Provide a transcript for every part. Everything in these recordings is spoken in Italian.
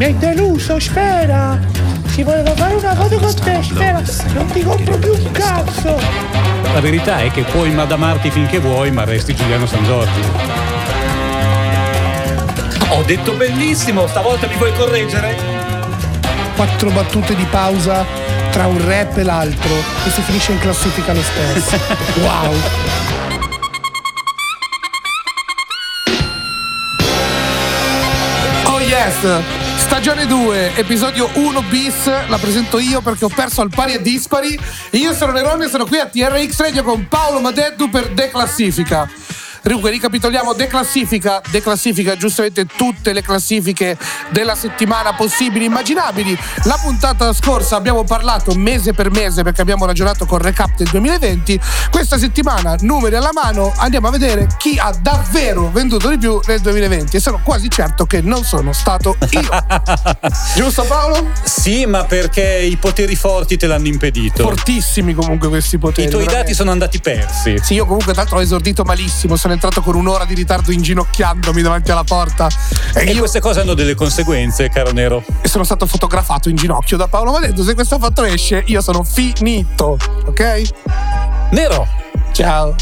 Mi hai deluso, Sfera. Si voleva fare una foto con te, Sfera. Non ti compro più un cazzo. La verità è che puoi madamarti finché vuoi, ma resti Giuliano Sangiorgi. Ho detto bellissimo, stavolta mi vuoi correggere? 4 battute di pausa tra un rap e l'altro e si finisce in classifica lo stesso. Wow. Oh yes! Stagione 2, episodio 1 bis, la presento io perché ho perso al pari e dispari. Io sono Nerone e sono qui a TRX Radio con Paolo Madeddu per Declassifica. Dunque ricapitoliamo Declassifica giustamente tutte le classifiche della settimana possibili e immaginabili. La puntata scorsa abbiamo parlato mese per mese perché abbiamo ragionato col recap del 2020. Questa settimana, numeri alla mano, andiamo a vedere chi ha davvero venduto di più nel 2020 e sono quasi certo che non sono stato io. Giusto Paolo? Sì, ma perché i poteri forti te l'hanno impedito. Fortissimi comunque questi poteri. I tuoi dati sono andati persi. Sì, io comunque tra l'altro ho esordito malissimo, sono entrato con un'ora di ritardo inginocchiandomi davanti alla porta e queste cose hanno delle conseguenze, caro Nero. E sono stato fotografato in ginocchio da Paolo Madeddu. Se questa foto esce io sono finito, ok? Nero, ciao.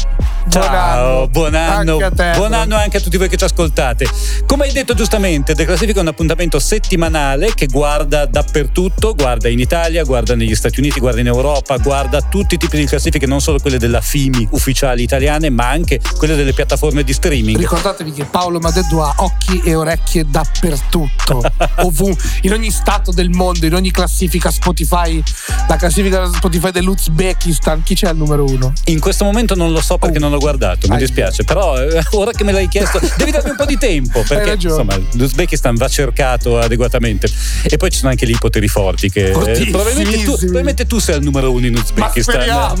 Buon anno anche a te. Buon anno anche a tutti voi che ci ascoltate. Come hai detto giustamente, Declassifica è un appuntamento settimanale che guarda dappertutto, guarda in Italia, guarda negli Stati Uniti, guarda in Europa, guarda tutti i tipi di classifiche, non solo quelle della FIMI ufficiali italiane, ma anche quelle delle piattaforme di streaming. Ricordatevi che Paolo Madeddu ha occhi e orecchie dappertutto, ovunque, in ogni stato del mondo, in ogni classifica Spotify, la classifica Spotify dell'Uzbekistan. Chi c'è al numero 1? In questo momento non lo so perché non l'ho guardato, mi dispiace, però ora che me l'hai chiesto devi darmi un po' di tempo perché insomma l'Uzbekistan va cercato adeguatamente e poi ci sono anche lì i poteri forti che probabilmente tu sei al numero 1 in Uzbekistan.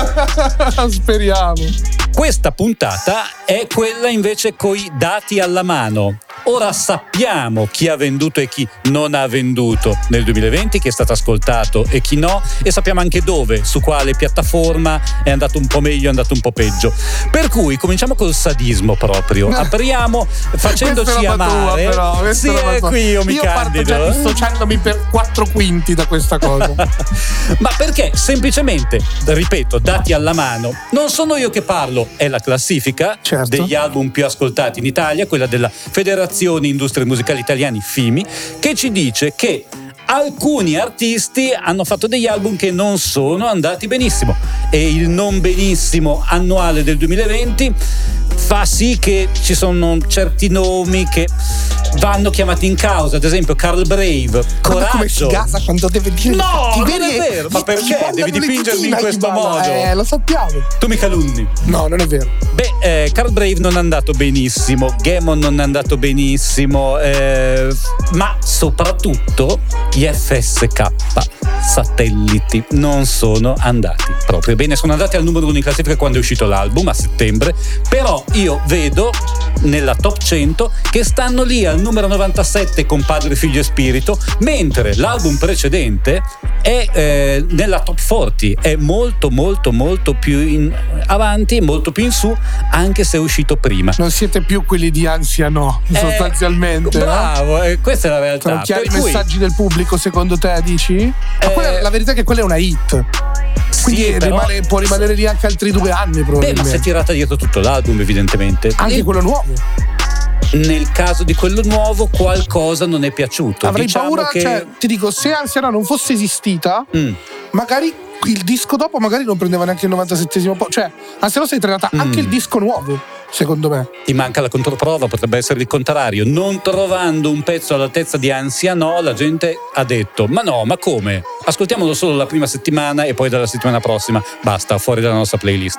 Ma speriamo. Questa puntata è quella invece coi dati alla mano. Ora sappiamo chi ha venduto e chi non ha venduto nel 2020, chi è stato ascoltato e chi no, e sappiamo anche dove, su quale piattaforma è andato un po' meglio, è andato un po' peggio. Per cui cominciamo col sadismo proprio. Apriamo facendoci amare. Però, sì, qui io mi candido. Io parto già dissociandomi per 4 quinti da questa cosa. Ma perché semplicemente, ripeto, dati alla mano, non sono io che parlo, è la classifica degli album più ascoltati in Italia, quella della Federazione Industrie Musicali Italiani FIMI, che ci dice che alcuni artisti hanno fatto degli album che non sono andati benissimo e il non benissimo annuale del 2020 fa sì che ci sono certi nomi che vanno chiamati in causa, ad esempio Carl Brave, Coraggio. Come si gasa quando deve dire no, non è vero, ma perché devi dipingermi in questo modo? Lo sappiamo. Tu mi calunni. No, non è vero. Beh, Carl Brave non è andato benissimo, Gammon non è andato benissimo, ma soprattutto gli FSK Satelliti non sono andati proprio bene. Sono andati al numero 1 in classifica quando è uscito l'album a settembre, però io vedo nella top 100 che stanno lì al numero 97 con Padre, Figlio e Spirito, mentre l'album precedente è nella top 40, è molto più in avanti e molto più in su, anche se è uscito prima. Non siete più quelli di ansia, no, sostanzialmente. Bravo, questa è la realtà. Sono chiari i messaggi del pubblico, secondo te, dici? Ma la verità è che quella è una hit. Quindi sì, però, può rimanere lì anche altri 2 anni probabilmente. Beh, ma si è tirata dietro tutto l'album, evidentemente. Anche quello nuovo. Nel caso di quello nuovo qualcosa non è piaciuto. Avrei paura, cioè, ti dico, se Ansia non fosse esistita, magari il disco dopo magari non prendeva neanche il 97esimo posto. Cioè, Ansia sei trainata anche il disco nuovo, secondo me. Ti manca la controprova, potrebbe essere il contrario. Non trovando un pezzo all'altezza di Ansia no, la gente ha detto ma no, ma come? Ascoltiamolo solo la prima settimana e poi dalla settimana prossima basta, fuori dalla nostra playlist.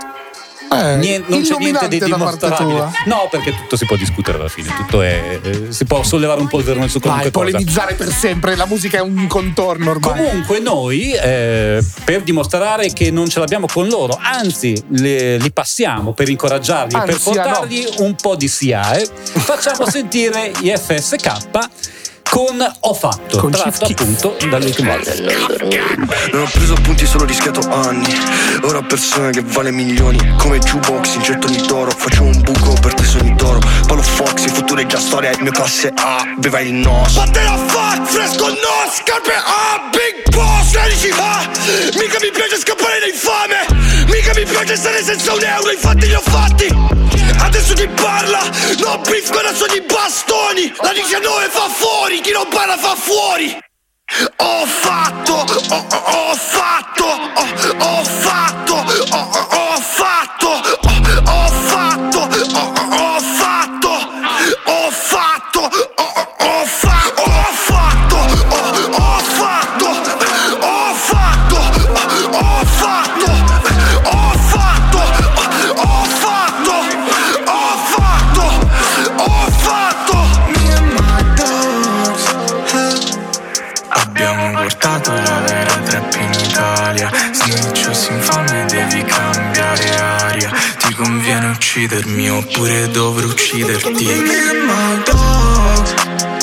Non c'è niente di dimostrabile. No, perché tutto si può discutere alla fine, tutto si può sollevare un polverone su qualunque cosa. Polemizzare per sempre, la musica è un contorno ormai. Comunque noi per dimostrare che non ce l'abbiamo con loro, anzi li passiamo per incoraggiarli, per portargli un po' di SIAE, facciamo sentire gli FSK con Ho fatto, con tratto appunto dall'ultimo album. Non ho preso appunti, solo rischiato anni. Ora ho persone che vale milioni. Come jukebox, ingetto ogni toro. Faccio un buco per te sogni d'oro. Paolo Foxy, future già storia, il mio classe A, beva il nos. Vattene a fa, fresco no, scarpe A, big boss, 16 A. Mica mi piace scappare da infame, mica mi piace stare senza €1, infatti li ho fatti. Adesso chi parla, no beef con i sogni bastoni. La 19 fa fuori, chi non parla fa fuori. Ho fatto, ho fatto, ho fatto, ho fatto, ho fatto, ho fatto, ho fatto, ho fatto, ho fatto, ho fatto, ho fatto, ho fatto, ho fatto, ho fatto, ho fatto, ho fatto. Me and my dogs, abbiamo portato la vera trap in Italia. Snitch si infame, devi cambiare aria. Ti conviene uccidermi oppure dovrò ucciderti. Me and my dogs,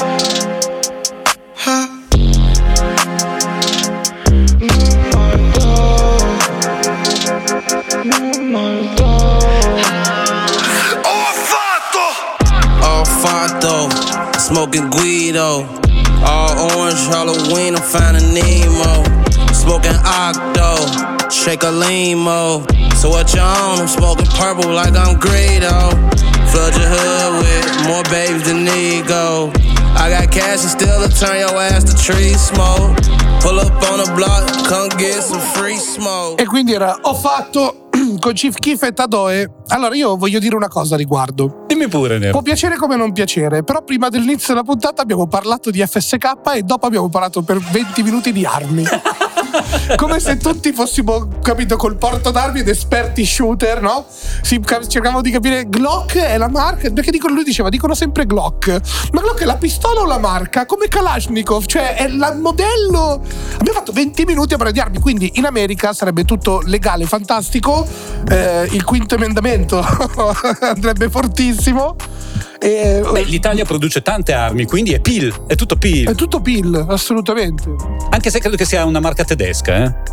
All fatto, smoking Guido. All orange Halloween, I'm finding Nemo. Smoking Octo, shake a limo. So what you on? I'm smoking purple like I'm Greedo. Flood your hood with more babies than Nego. I got cash and still to turn your ass to tree smoke. Pull up on the block, come get some free smoke. E quindi era Ho fatto con Chief Keef e Tadoe. Allora io voglio dire una cosa a riguardo. Dimmi pure, Nero. Può piacere come non piacere, però prima dell'inizio della puntata abbiamo parlato di FSK e dopo abbiamo parlato per 20 minuti di armi. Come se tutti fossimo, capito, col porto d'armi ed esperti shooter, no? Cercavamo di capire Glock è la marca, perché lui diceva dicono sempre Glock, ma Glock è la pistola o la marca? Come Kalashnikov, cioè è il modello. Abbiamo fatto 20 minuti a parlare di armi, quindi in America sarebbe tutto legale, fantastico, il quinto emendamento andrebbe fortissimo. Beh, l'Italia produce tante armi, quindi è PIL, è tutto PIL. È tutto PIL, assolutamente. Anche se credo che sia una marca tedesca,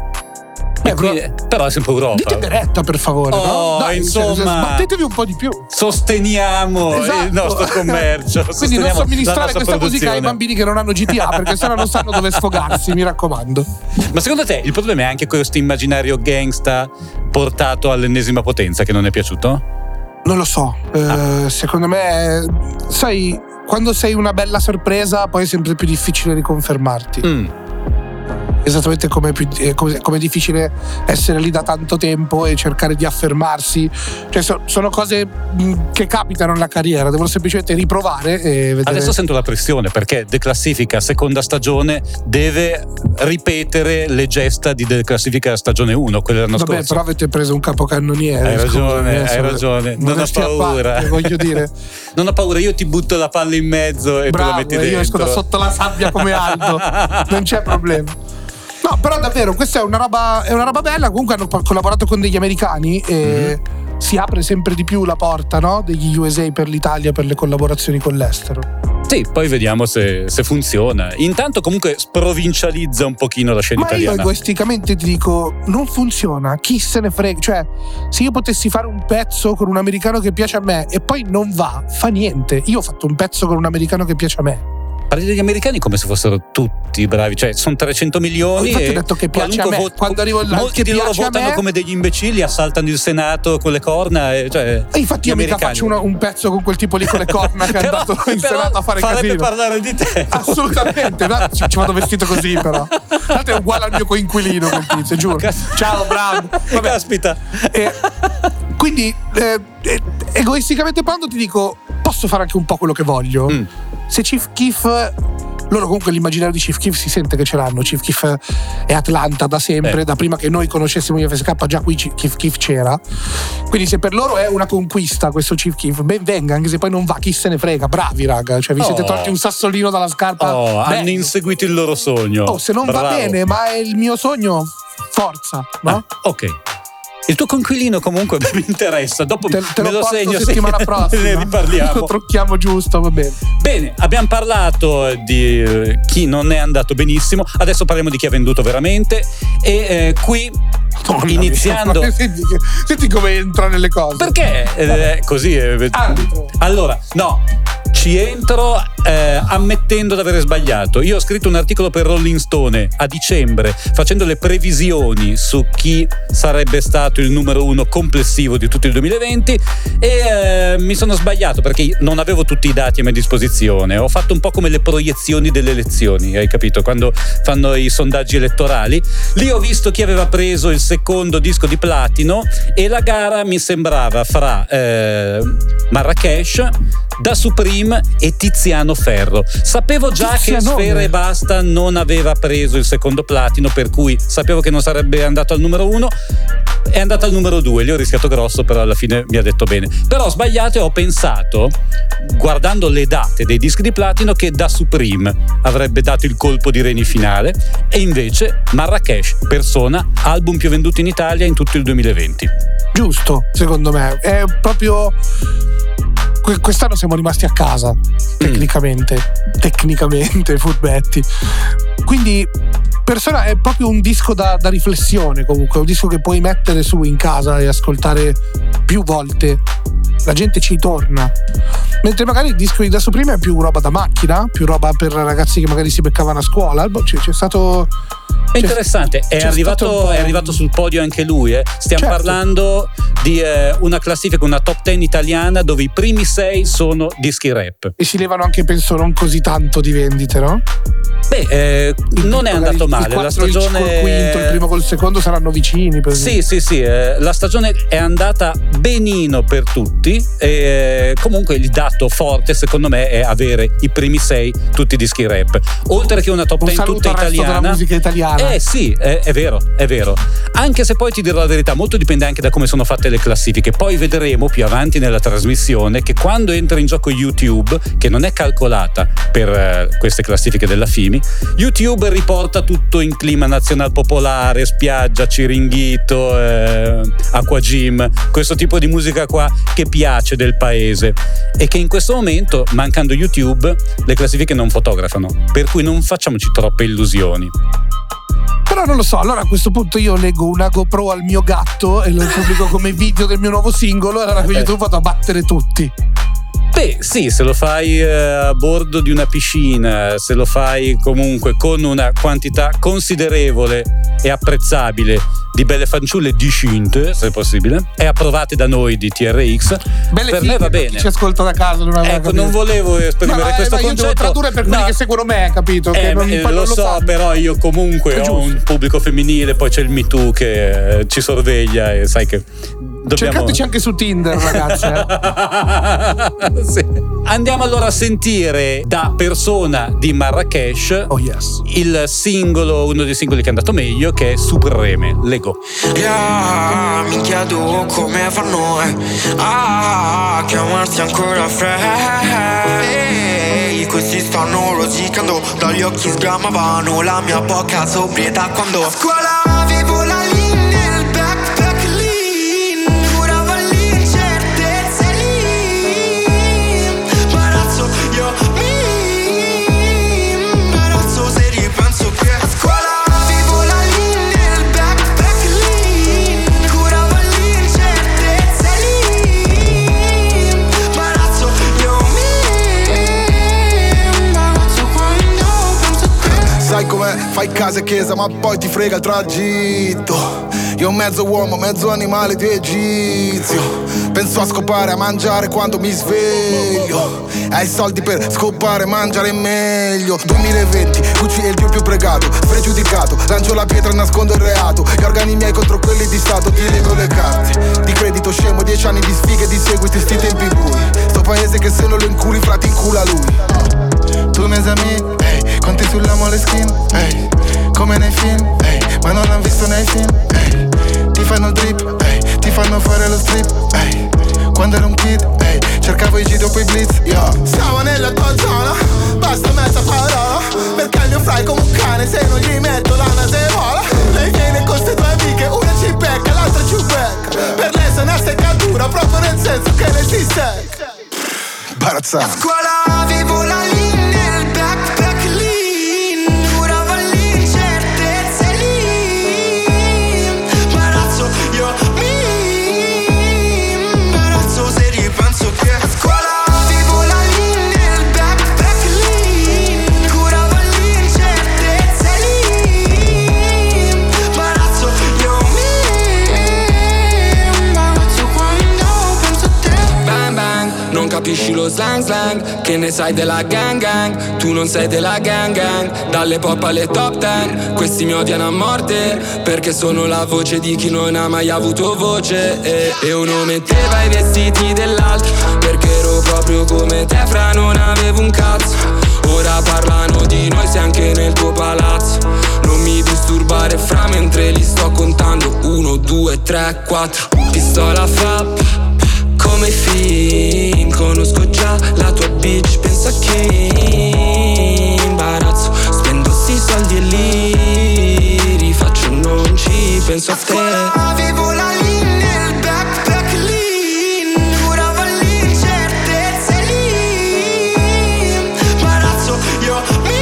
quindi, però è sempre Europa. Dite Beretta, per favore. Oh, no? Dai, insomma, sbattetevi un po' di più. Sosteniamo il nostro commercio. Quindi non somministrare questa musica ai bambini che non hanno GTA, perché sennò non sanno dove sfogarsi, mi raccomando. Ma secondo te il problema è anche questo immaginario gangsta portato all'ennesima potenza che non è piaciuto? Non lo so, secondo me, sai, quando sei una bella sorpresa poi è sempre più difficile riconfermarti. Esattamente come è difficile essere lì da tanto tempo e cercare di affermarsi. Cioè sono cose che capitano nella carriera, devono semplicemente riprovare e vedere. Adesso sento la pressione perché Declassifica seconda stagione deve ripetere le gesta di Declassifica stagione 1, quella dell'anno scorso. Vabbè, però avete preso un capocannoniere. Hai ragione, non ho paura. Parte, voglio dire. Non ho paura, io ti butto la palla in mezzo e bravo, tu la metti dentro. Io esco da sotto la sabbia come Aldo. Non c'è problema. No, però davvero, questa è una roba bella. Comunque hanno collaborato con degli americani e si apre sempre di più la porta, no? Degli USA per l'Italia, per le collaborazioni con l'estero. Sì, poi vediamo se funziona. Intanto comunque sprovincializza un pochino la scena italiana. Ma io egoisticamente ti dico, non funziona, chi se ne frega. Cioè, se io potessi fare un pezzo con un americano che piace a me e poi non va, fa niente. Io ho fatto un pezzo con un americano che piace a me. Parli degli americani come se fossero tutti bravi, cioè sono 300 milioni. Infatti ho detto che piace a me. Quando arrivo là, molti di loro votano come degli imbecilli, assaltano il Senato con le corna. E infatti io mica faccio un pezzo con quel tipo lì con le corna che è andato in Senato a fare casino. Farebbe parlare di te. Assolutamente, no? Ci vado vestito così però. Tanto è uguale al mio coinquilino quel tizio, giuro. Ciao, bravo. Vabbè. Caspita. Quindi egoisticamente parlando ti dico, posso fare anche un po' quello che voglio. Se Chief Keef, loro comunque l'immaginario di Chief Keef si sente che ce l'hanno. Chief Keef è Atlanta da sempre, da prima che noi conoscessimo gli FSK, già qui Chief Keef c'era. Quindi se per loro è una conquista questo Chief Keef, ben venga, anche se poi non va, chi se ne frega, bravi raga, cioè vi siete tolti un sassolino dalla scarpa. Hanno inseguito il loro sogno. Se non va bene, ma è il mio sogno, forza, no? Ok. Il tuo conquilino comunque mi interessa. Dopo te me lo segno settimana prossima. Ne riparliamo. Lo trucchiamo giusto, va bene. Bene, abbiamo parlato di chi non è andato benissimo. Adesso parliamo di chi ha venduto veramente. E qui iniziando. Senti come entra nelle cose. Perché così. Arbitro. Allora, no. ci entro ammettendo di avere sbagliato. Io ho scritto un articolo per Rolling Stone a dicembre facendo le previsioni su chi sarebbe stato il numero 1 complessivo di tutto il 2020 e mi sono sbagliato perché non avevo tutti i dati a mia disposizione. Ho fatto un po' come le proiezioni delle elezioni, hai capito? Quando fanno i sondaggi elettorali, lì ho visto chi aveva preso il secondo disco di platino e la gara mi sembrava fra Marrakesh, Da Supreme e Tiziano Ferro. Sapevo già che Sfera Ebbasta non aveva preso il secondo platino, per cui sapevo che non sarebbe andato al numero 1. È andato al numero 2, lì ho rischiato grosso, però alla fine mi ha detto bene. Però ho sbagliato e ho pensato, guardando le date dei dischi di platino, che Da Supreme avrebbe dato il colpo di reni finale e invece Marrakesh, Persona, album più venduto in Italia in tutto il 2020. Giusto, secondo me. È proprio... Quest'anno siamo rimasti a casa, tecnicamente, furbetti. Quindi Persona è proprio un disco da riflessione, comunque, un disco che puoi mettere su in casa e ascoltare più volte. La gente ci torna. Mentre magari il disco di Da Supreme è più roba da macchina, più roba per ragazzi che magari si beccavano a scuola. C'è stato... È interessante, è arrivato sul podio anche lui. Stiamo parlando di una classifica, una top 10 italiana dove i primi 6 sono dischi rap. E si levano anche, penso, non così tanto di vendite, no? Beh, non è andato male. Il 4, la stagione col quinto, il primo col secondo saranno vicini. Sì, la stagione è andata benino per tutti. Comunque il dato forte, secondo me, è avere i primi 6 tutti dischi rap. Oltre che una top 10 tutta italiana. Della musica italiana. Sì, è vero. Anche se poi ti dirò la verità, molto dipende anche da come sono fatte le classifiche. Poi vedremo più avanti nella trasmissione che quando entra in gioco YouTube, che non è calcolata per queste classifiche della FIMI, YouTube riporta tutto in clima nazional popolare, spiaggia, ciringhito, acqua gym, questo tipo di musica qua che piace del paese e che in questo momento, mancando YouTube, le classifiche non fotografano, per cui non facciamoci troppe illusioni. Però non lo so, allora a questo punto io leggo una GoPro al mio gatto e lo pubblico come video del mio nuovo singolo e allora quindi tu vado a battere tutti. Beh sì, se lo fai a bordo di una piscina, se lo fai comunque con una quantità considerevole e apprezzabile di belle fanciulle discinte, se possibile, e approvate da noi di TRX, belle per me va bene. Chi ci ascolta da casa non ecco, non volevo esprimere questo concetto. Io devo tradurre per quelli che seguono me, capito? Che lo so, però io comunque ho un pubblico femminile, poi c'è il Me Too che ci sorveglia e sai che cercateci anche su Tinder, ragazzi. Sì. Andiamo allora a sentire da Persona di Marrakesh il singolo, uno dei singoli che è andato meglio, che è Supreme. Lego. Mi chiedo come fanno a chiamarsi ancora fratelli. Questi stanno rosicando, dagli occhi sgramavano la mia poca sobrietà quando a scuola avevo la linea nel backpack lean, curava l'incertezza lì. Imbarazzo io mi imbarazzo se ripenso che a scuola avevo la linea nel backpack lean, curava l'incertezza lì. Imbarazzo io mi imbarazzo quando penso che sai com'è, fai casa e chiesa ma poi ti frega il tragitto. Io mezzo uomo, mezzo animale di egizio. Penso a scopare, a mangiare quando mi sveglio. Hai soldi per scopare, mangiare meglio. 2020, Gucci è il dio più pregato, spregiudicato. Lancio la pietra e nascondo il reato. Gli organi miei contro quelli di stato. Ti leggo le carte di credito scemo, 10 anni di sfighe, di seguiti, sti tempi bui. Sto paese che se non lo inculi, frati incula lui. Tu mes amis, conti sulla Moleskine, come nei film, ma non l'han visto nei film, ti fanno il drip, ti fanno fare lo strip, quando ero un kid, cercavo i G dopo i blitz, siamo nella tua zona, basta mezza parola, perché il mio fry come un cane, se non gli metto la nase vola. Lei viene con ste due amiche, una ci becca, l'altra ci becca, per lei sono una seccatura, proprio nel senso che lei si secca. Imbarazzante. a scuola avevo la linea nel backpack lean, curava l'incertezza lì. Imbarazzo io mi imbarazzo se ripenso che a scuola avevo la linea nel non capisci lo slang slang. Che ne sai della gang gang? Tu non sei della gang gang. Dalle pop alle top ten, questi mi odiano a morte, perché sono la voce di chi non ha mai avuto voce. E uno metteva i vestiti dell'altro, perché ero proprio come te, fra non avevo un cazzo. Ora parlano di noi, sei anche nel tuo palazzo. Non mi disturbare fra mentre li sto contando. 1, 2, 3, 4. Pistola fa come film. Conosco già la tua bitch, pensa che imbarazzo. Spendo sti soldi e li rifaccio, non ci penso a te. Avevo la linea nel backpack lean, curavo l'incertezza lì. Imbarazzo, io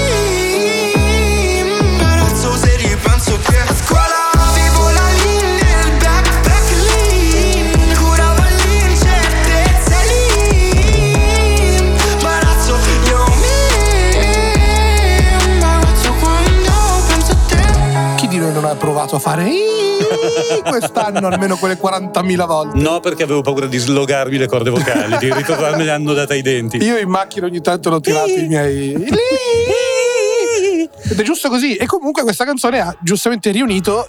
mi imbarazzo se ripenso che a scuola avevo la linea nel backpack lean, curavo l'incertezza lì. Imbarazzo, io mi imbarazzo quando penso a te. Chi di noi non ha provato a fare quest'anno almeno quelle 40.000 volte? No, perché avevo paura di slogarmi le corde vocali, di ritrovarmi le hanno date ai denti. Io in macchina ogni tanto l'ho tirato i miei. Ed è giusto così. E comunque questa canzone ha giustamente riunito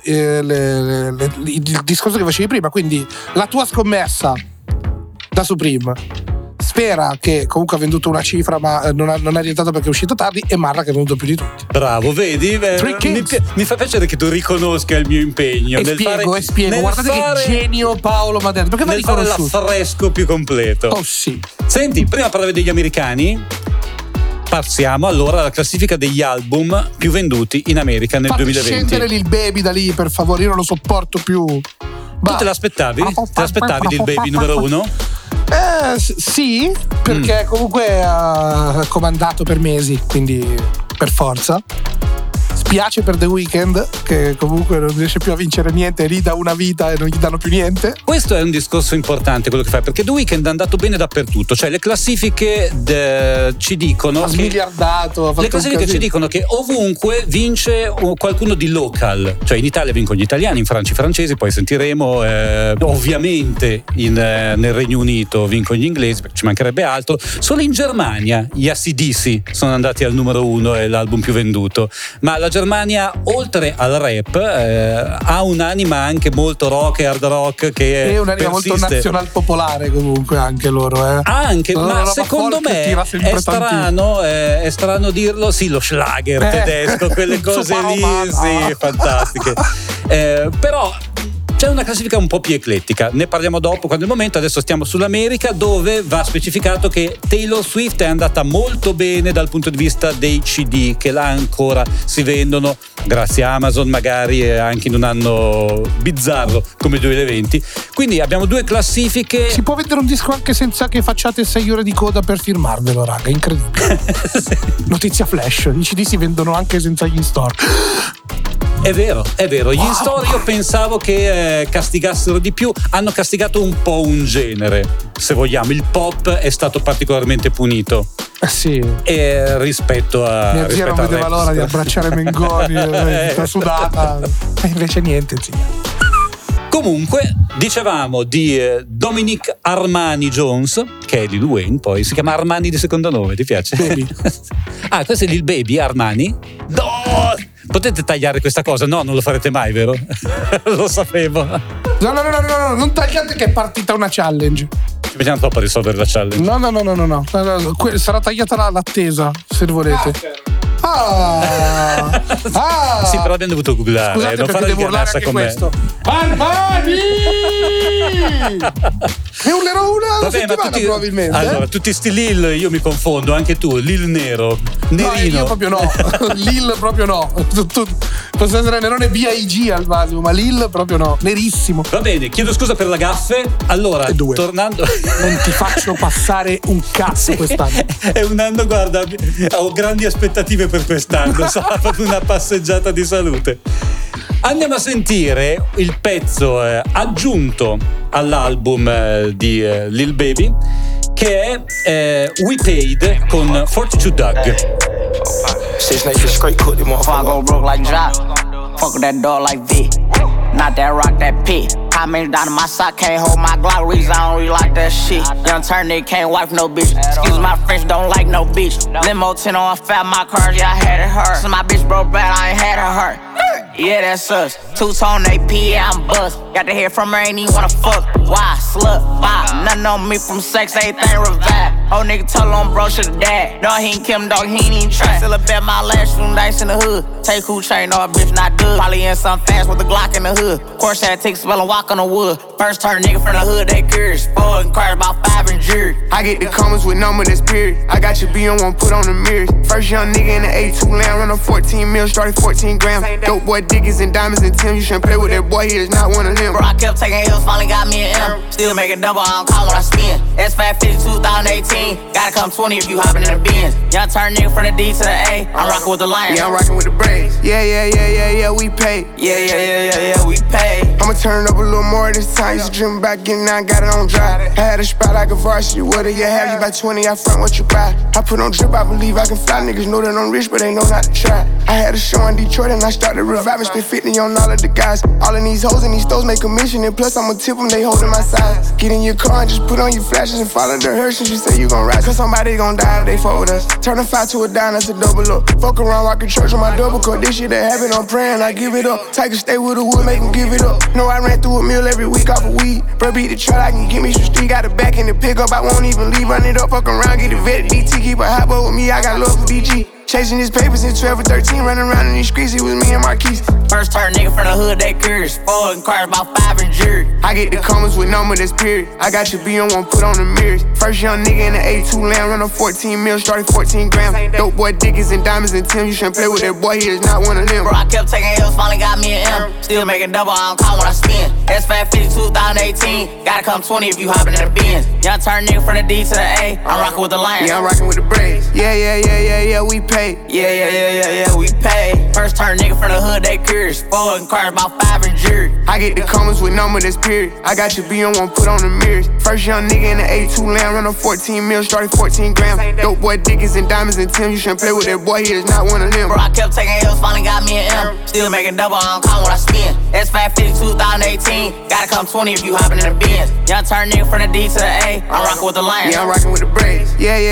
il discorso che facevi prima. Quindi la tua scommessa da Supreme, Sfera che comunque ha venduto una cifra ma non è rientrato perché è uscito tardi, e Marra che ha venduto più di tutti. Bravo, vedi? Mi fa piacere che tu riconosca il mio impegno E nel spiego. nel Guardate che genio Paolo Madeddu. Perché va nel fare riconosciuto? l'affresco più completo. Oh sì. Senti, prima parlavi degli americani. Passiamo allora alla classifica degli album più venduti in America nel Fatti 2020. scendere Lil Baby da lì, per favore, io non lo sopporto più. Tu te l'aspettavi? Te l'aspettavi Lil Baby numero 1? Sì, perché comunque ha comandato per mesi, quindi per forza. Spiace per The Weeknd, che comunque non riesce più a vincere niente, lì da una vita e non gli danno più niente. Questo è un discorso importante quello che fai, perché The Weeknd è andato bene dappertutto, cioè le classifiche ci dicono Ha smiliardato, ha fatto le classifiche ci dicono che ovunque vince qualcuno di local, cioè in Italia vincono gli italiani, in Francia i francesi, poi sentiremo ovviamente nel Regno Unito vincono gli inglesi, perché ci mancherebbe altro. Solo in Germania gli AC/DC sono andati al numero 1, è l'album più venduto, ma la Germania oltre al rap ha un'anima anche molto rock e hard rock che è un'anima molto nazional popolare comunque anche loro. Anche, ma secondo me è strano dirlo, sì, lo Schlager tedesco, quelle cose lì, sì, fantastiche. Però c'è una classifica un po' più eclettica, ne parliamo dopo quando è il momento. Adesso stiamo sull'America, dove va specificato che Taylor Swift è andata molto bene dal punto di vista dei CD, che là ancora si vendono grazie a Amazon, magari anche in un anno bizzarro come il 2020. Quindi abbiamo due classifiche. Si può vendere un disco anche senza che facciate 6 ore di coda per firmarvelo, raga, incredibile. Sì. Notizia flash, i CD si vendono anche senza gli in-store. È vero. Gli in-store io pensavo che castigassero di più. Hanno castigato un po' un genere, se vogliamo. Il pop è stato particolarmente punito. Sì. E rispetto a mia zia non vedeva l'ora di abbracciare Mengoni, tutta sudata. E invece niente, zia. Comunque, dicevamo di Dominic Armani Jones, che è Lil Wayne, poi si chiama Armani di secondo nome, ti piace? Baby. Ah, questo è Lil Baby Armani? No! Potete tagliare questa cosa? No, non lo farete mai, vero? Lo sapevo. No, non tagliate che è partita una challenge. Ci mettiamo troppo a risolvere la challenge. No. Sarà tagliata l'attesa, se volete. Sì, però abbiamo dovuto googlare. Scusate, non fare devo urlare anche con questo. Armani! Ne urlerò una settimana probabilmente. Allora, tutti sti Lil, io mi confondo, anche tu, Lil Nero, Nerino. No, io proprio no. Lil proprio no. Posso essere Nerone B.I.G. al massimo, ma Lil proprio no. Nerissimo. Va bene, chiedo scusa per la gaffe. Allora, tornando, non ti faccio passare un cazzo quest'anno. È un anno, guarda, ho grandi aspettative per quest'anno. Sarà proprio una passeggiata di salute. Andiamo a sentire il pezzo aggiunto all'album di Lil Baby, che è We Paid con 42 Dugg. If I go broke like Jock, fuck that dog like V. Not that rock, that P. Comments down in my sock, can't hold my Glock. Reason I don't really like that shit. Young turn nigga can't wife no bitch. Excuse my French, don't like no bitch. Limo 10 on fat, my cars, yeah, I had it hurt. So my bitch broke bad, I ain't had her hurt. Yeah, that's us. Two-tone AP, yeah, I'm bust. Got to hear from her, ain't even wanna fuck. Why? Slut, bop. Nothing on me from sex, everything revive. Old nigga told him bro should've died. No, he ain't Kim, dog, he ain't even try. Still a bet my last room dice in the hood. Take who chain, no, a bitch not good. Probably in some fast with a Glock in the hood. Of course, I had to take a spell and walk on the wood. First turn nigga from the hood, they curious. 4 inquiries about 5 in jury. I get the comments with number that's period. I got your B on one, put on the mirrors. First young nigga in the A2 land, run a 14 mil, started 14 grams. Dope boy Dickies and diamonds and Tim. You shouldn't play with that boy, he is not one of them. Bro, I kept taking L's, finally got me an M. Still making double, I don't call when I spin. S550 2018, gotta come 20 if you hopping in the Benz. Young turn nigga from the D to the A, I'm rocking with the Lions. Yeah, I'm rocking with the Braves. Yeah, we pay. Yeah, we pay. I'ma turn it up a little more this time. Used to dream about getting out, got it on dry. I had a spot like a varsity. What do you have? You buy 20, I front what you buy. I put on drip, I believe I can fly. Niggas know that I'm rich, but they know not to try. I had a show in Detroit and I started reviving. Spent 50 on all of the guys. All of these hoes and these stores make a mission. And plus I'ma tip them, they holding my size. Get in your car and just put on your flashes and follow the hearse. And you say you gon' ride, cause somebody gon' die if they fuck with us. Turn a 5 to a dime, that's a double up. Fuck around, rockin' church on my double cup. This shit that happen, I'm praying, I give it up. Take a stay with the wood, make them give it up. Know I ran through a meal every week off of weed. Bro, beat the truck, I can get me some street. Got a back in the pickup, I won't even leave. Run it up, fuck around, get the vet DT. Keep a hot boy with me, I got love for DG. Chasing his papers since 12 or 13, running around in these streets, it was me and Marquise. First turn nigga from the hood, they curious. 4 inquiries about 5 in jury. I get the comments with number that's period. I got your B on one, put on the mirrors. First young nigga in the A2 land, run a 14 mil, started 14 grams. Dope boy Dickies and diamonds and Tim. You shouldn't play with that boy, he is not one of them. Bro, I kept taking L's, finally got me an M. Still making double, I don't call when I spin. S550 2018, gotta come 20 if you hopping in the Benz. Young turn nigga from the D to the A, I'm rocking with the Lions. Yeah, I'm rocking with the Braves. Yeah, we pay. Yeah, we pay. First turn nigga from the hood, they curious. 4 inquiries about 5 in jury. I get the comments with number that's period. I got your B on one, put on the mirrors. First young nigga in the A2 land, run a 14 mil, started 14 grams. Dope boy Dickies and diamonds and Tim. You shouldn't play with that boy, he is not one of them. Bro, I kept taking L's, finally got me an M. Still making double, I don't call when I spin. S550 2018, gotta come 20 if you hopping in the Benz. Young turn nigga from the D to the A, I'm rocking with the Lions. Yeah, I'm rocking with the Braves.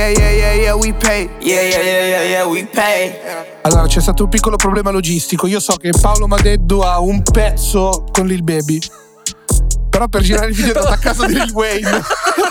Yeah, we pay. Yeah, we pay. Allora, c'è stato un piccolo problema logistico. Io so che Paolo Madeddu ha un pezzo con Lil Baby, però per girare il video è andato a casa di Lil Wayne.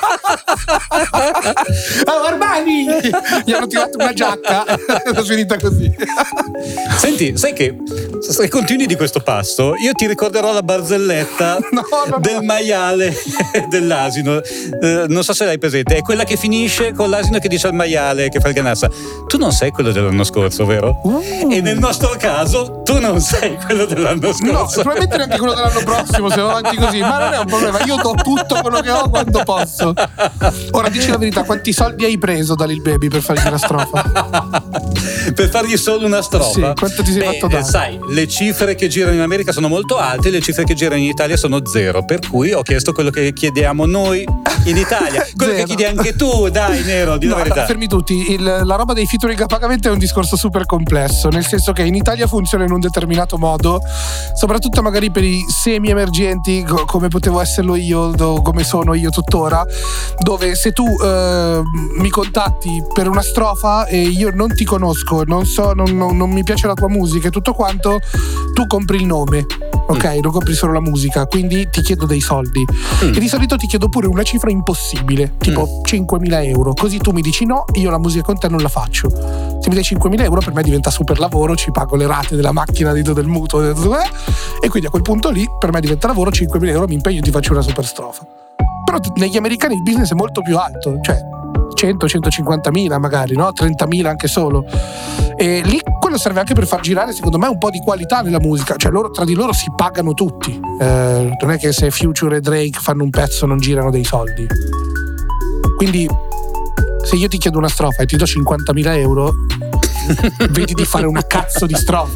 Oh, Armani! Gli hanno tirato una giacca. È finita così. Senti, sai che se continui di questo passo io ti ricorderò la barzelletta del maiale e dell'asino. Non so se l'hai presente. È quella che finisce con l'asino che dice al maiale che fa il ganassa: tu non sei quello dell'anno scorso, vero? E nel nostro caso tu non sei quello dell'anno scorso. No, probabilmente neanche quello dell'anno prossimo, se va avanti così. Ma non è un problema, io do tutto quello che ho quando posso. Ora dici la verità, quanti soldi hai preso da Lil Baby per fargli una strofa? Per fargli solo una strofa? Sì, quanto ti sei fatto dare? Sai, le cifre che girano in America sono molto alte, le cifre che girano in Italia sono 0, per cui ho chiesto quello che chiediamo noi in Italia. Quello che chiedi anche tu, dai Nero, di la verità. Fermi tutti, la roba dei featuring a pagamento è un discorso super complesso, nel senso che in Italia funziona in un determinato modo, soprattutto magari per i semi emergenti come potevo esserlo io, come sono io tuttora, dove se tu mi contatti per una strofa e io non ti conosco, non so, non mi piace la tua musica e tutto quanto, tu compri il nome, ok? Non compri solo la musica, quindi ti chiedo dei soldi e di solito ti chiedo pure una cifra impossibile, tipo 5.000 euro, così tu mi dici no, io la musica con te non la faccio. Se mi dai 5.000 euro per me diventa super lavoro, ci pago le rate della macchina, del mutuo e quindi a quel punto lì per me diventa lavoro, 5.000 euro mi impegno e ti faccio una super strofa. Però negli americani il business è molto più alto, cioè 100-150.000 magari, no? 30.000 anche solo. E lì quello serve anche per far girare secondo me un po' di qualità nella musica, cioè loro tra di loro si pagano tutti, non è che se Future e Drake fanno un pezzo non girano dei soldi. Quindi se io ti chiedo una strofa e ti do 50.000 euro vedi di fare una cazzo di strofa.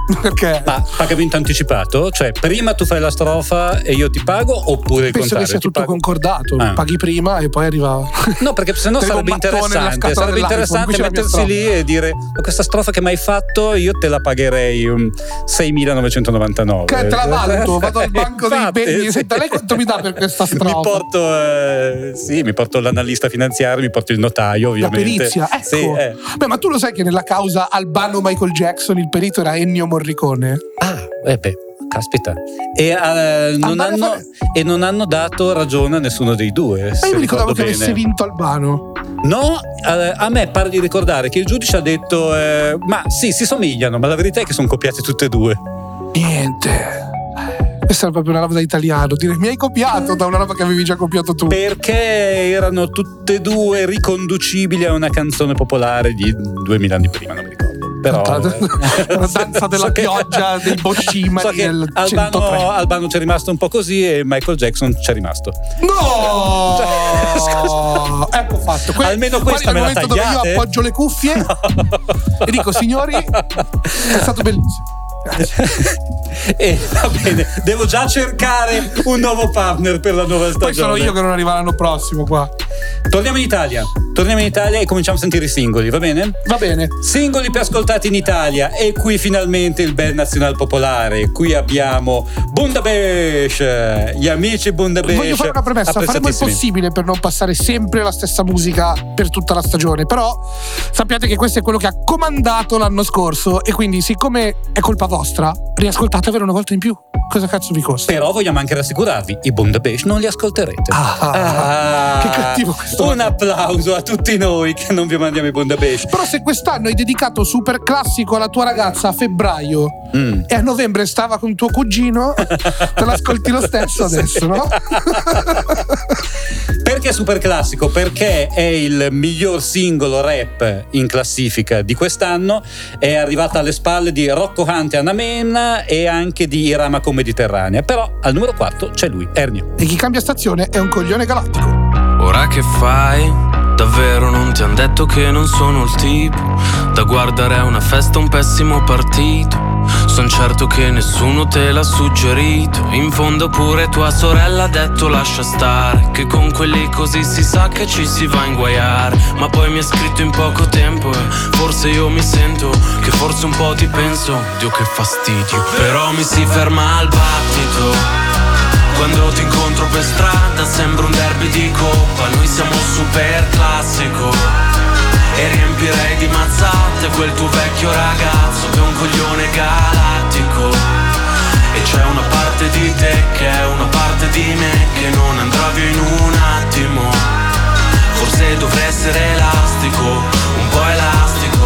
Perché? Ma pagamento anticipato? Cioè prima tu fai la strofa e io ti pago, oppure il Penso contrario? che sia tutto concordato, paghi prima e poi arriva. No, perché sennò sarebbe interessante. Sarebbe interessante mettersi lì e dire: questa strofa che mi hai fatto io te la pagherei 6.999. Che te la valuto, vado al banco dei beni. Senta, lei quanto mi dà per questa strofa? Mi porto l'analista finanziario, mi porto il notaio, ovviamente. La perizia, ecco. Sì, Beh, ma tu lo sai che nella causa Albano Michael Jackson il perito era Ennio Morricone? Caspita. E non hanno dato ragione a nessuno dei due. Ma io mi ricordavo che avesse vinto Albano. No, a me pare di ricordare che il giudice ha detto ma sì, si somigliano, ma la verità è che sono copiate tutte e due. Niente. Questa era proprio una roba da italiano, dire mi hai copiato da una roba che avevi già copiato tu. Perché erano tutte e due riconducibili a una canzone popolare di 2000 anni prima, non mi ricordo. Però la danza della pioggia dei Boshima del 103. Albano c'è rimasto un po' così e Michael Jackson c'è rimasto. No! Ecco fatto. Almeno questa me la tagliate. Dove io appoggio le cuffie e dico signori, è stato bellissimo. E va bene, devo già cercare un nuovo partner per la nuova stagione. Poi sono io che non arrivo l'anno prossimo qua. Torniamo in Italia e cominciamo a sentire i singoli, va bene? Va bene. Singoli più ascoltati in Italia, e qui finalmente il bel nazional popolare. Qui abbiamo Bundabash, gli amici Bundabash. Voglio fare una premessa, faremo il possibile per non passare sempre la stessa musica per tutta la stagione, però sappiate che questo è quello che ha comandato l'anno scorso e quindi siccome è colpa vostra, riascoltatevelo una volta in più. Cosa cazzo vi costa? Però vogliamo anche rassicurarvi, i Bundabash non li ascolterete. Che cattivo questo. Un applauso a tutti noi che non vi mandiamo i Bundabash. Però se quest'anno hai dedicato super classico alla tua ragazza a febbraio e a novembre stava con tuo cugino, te l'ascolti lo stesso adesso, no? Perché super classico? Perché è il miglior singolo rap in classifica di quest'anno, è arrivata alle spalle di Rocco Hunt e Anamena e anche di Irama con Mediterranea, però al numero 4 c'è lui, Ernio. E chi cambia stazione è un coglione galattico. Ora che fai? Davvero non ti han detto che non sono il tipo da guardare a una festa, un pessimo partito. Son certo che nessuno te l'ha suggerito. In fondo pure tua sorella ha detto lascia stare, che con quelli così si sa che ci si va a inguaiare. Ma poi mi ha scritto in poco tempo e forse io mi sento che forse un po' ti penso. Dio che fastidio. Però mi si ferma al battito quando ti incontro per strada, sembra un derby di coppa. Noi siamo super classico e riempirei di mazzate quel tuo vecchio ragazzo che è un coglione galattico. E c'è una parte di te che è una parte di me che non andrà via in un attimo. Forse dovrei essere elastico, un po' elastico,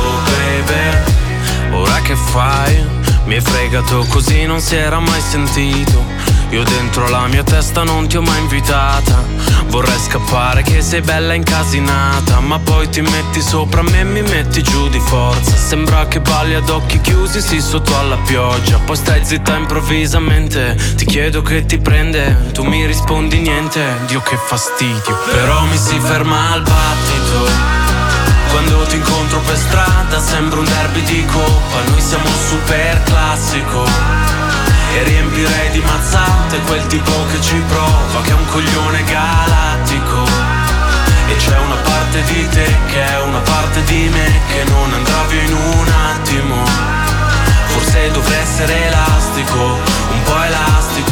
baby. Ora che fai? Mi hai fregato così non si era mai sentito. Io dentro la mia testa non ti ho mai invitata. Vorrei scappare che sei bella incasinata, ma poi ti metti sopra me e mi metti giù di forza. Sembra che balli ad occhi chiusi, sì, sotto alla pioggia. Poi stai zitta improvvisamente, ti chiedo che ti prende, tu mi rispondi niente. Dio che fastidio. Però mi si ferma al battito quando ti incontro per strada, sembra un derby di coppa. Noi siamo super classico e riempirei di mazzate quel tipo che ci prova, che è un coglione galattico. E c'è una parte di te che è una parte di me che non andrà via in un attimo. Forse dovrei essere elastico, un po' elastico,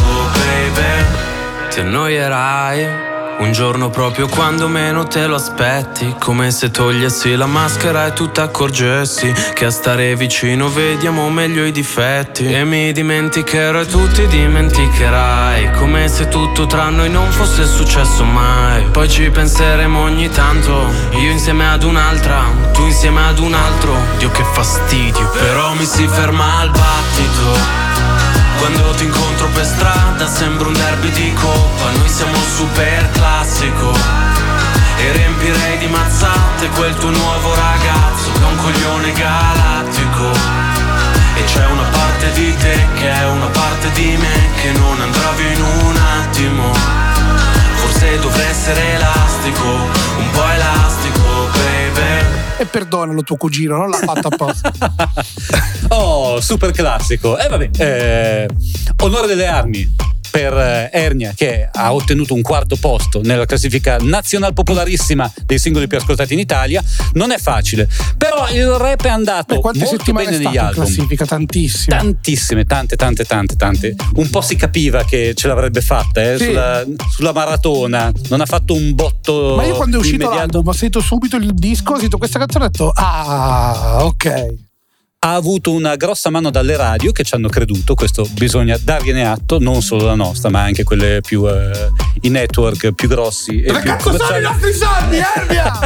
baby. Ti annoierai un giorno proprio quando meno te lo aspetti, come se togliessi la maschera e tu t'accorgessi che a stare vicino vediamo meglio i difetti. E mi dimenticherò e tu ti dimenticherai, come se tutto tra noi non fosse successo mai. Poi ci penseremo ogni tanto, io insieme ad un'altra, tu insieme ad un altro. Dio che fastidio. Però mi si ferma al battito quando ti incontro per strada, sembra un derby di coppa. Noi siamo super classico e riempirei di mazzate quel tuo nuovo ragazzo che è un coglione galattico. E c'è una parte di te che è una parte di me che non andrà via in un attimo. Forse dovrei essere elastico, un po' elastico, baby. E perdonalo tuo cugino, non l'ha fatto apposta. Oh, super classico. E vabbè, onore delle armi per Ernia, che ha ottenuto un quarto posto nella classifica nazional popolarissima dei singoli più ascoltati in Italia. Non è facile, però il rap è andato molto bene negli album. Classifica? Tantissime, tante. Un po' si capiva che ce l'avrebbe fatta sì. sulla maratona. Non ha fatto un botto. Ma io quando è uscito immediato. l'album ho sentito subito il disco, ho sentito questa canzone e ho detto ok. Ha avuto una grossa mano dalle radio che ci hanno creduto, questo bisogna dargliene atto, non solo la nostra ma anche quelle più i network più grossi. Dove cazzo sono i nostri soldi, Ernia?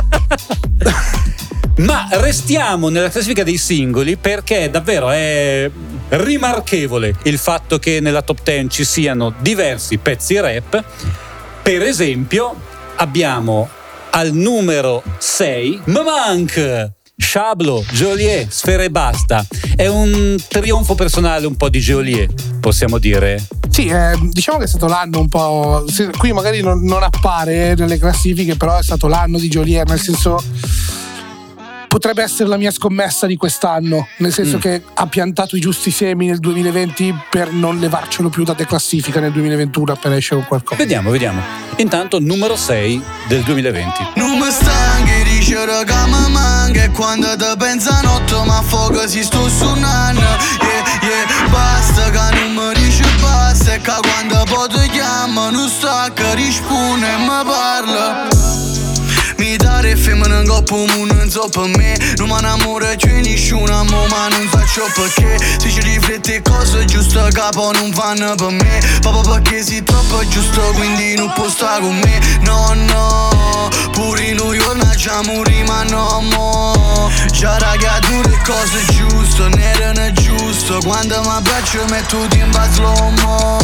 Ma restiamo nella classifica dei singoli, perché davvero è rimarchevole il fatto che nella top 10 ci siano diversi pezzi rap. Per esempio abbiamo al numero 6 Mamank, Shablo, Geolier, Sfera e Basta. È un trionfo personale un po' di Geolier, possiamo dire. Sì, diciamo che è stato l'anno un po'. Qui magari non appare nelle classifiche, però è stato l'anno di Geolier, nel senso. Potrebbe essere la mia scommessa di quest'anno, nel senso che ha piantato i giusti semi nel 2020 per non levarcelo più da declassifica nel 2021 appena esce con qualcosa. Vediamo. Intanto numero 6 del 2020. Non mi stanchi di dire che mi manca, e quando ti pensa notte ma fuoco si sto suonando. Yeah, basta che non mi dici basta, e che quando poi ti chiamo non sta che risponde e mi parla. Mi dare femmina in coppa, non so per me. Non mi innamoro più nessuno, ma non faccio perché. Se ci rifletti cose giuste, capo non fanno per me. Papà perché sei troppo giusto, quindi non può stare con me. No, pure noi non già morì, ma no mo. Già ragazzi, le cose giuste, non erano giuste. Quando mi abbraccio metto in slow-mo.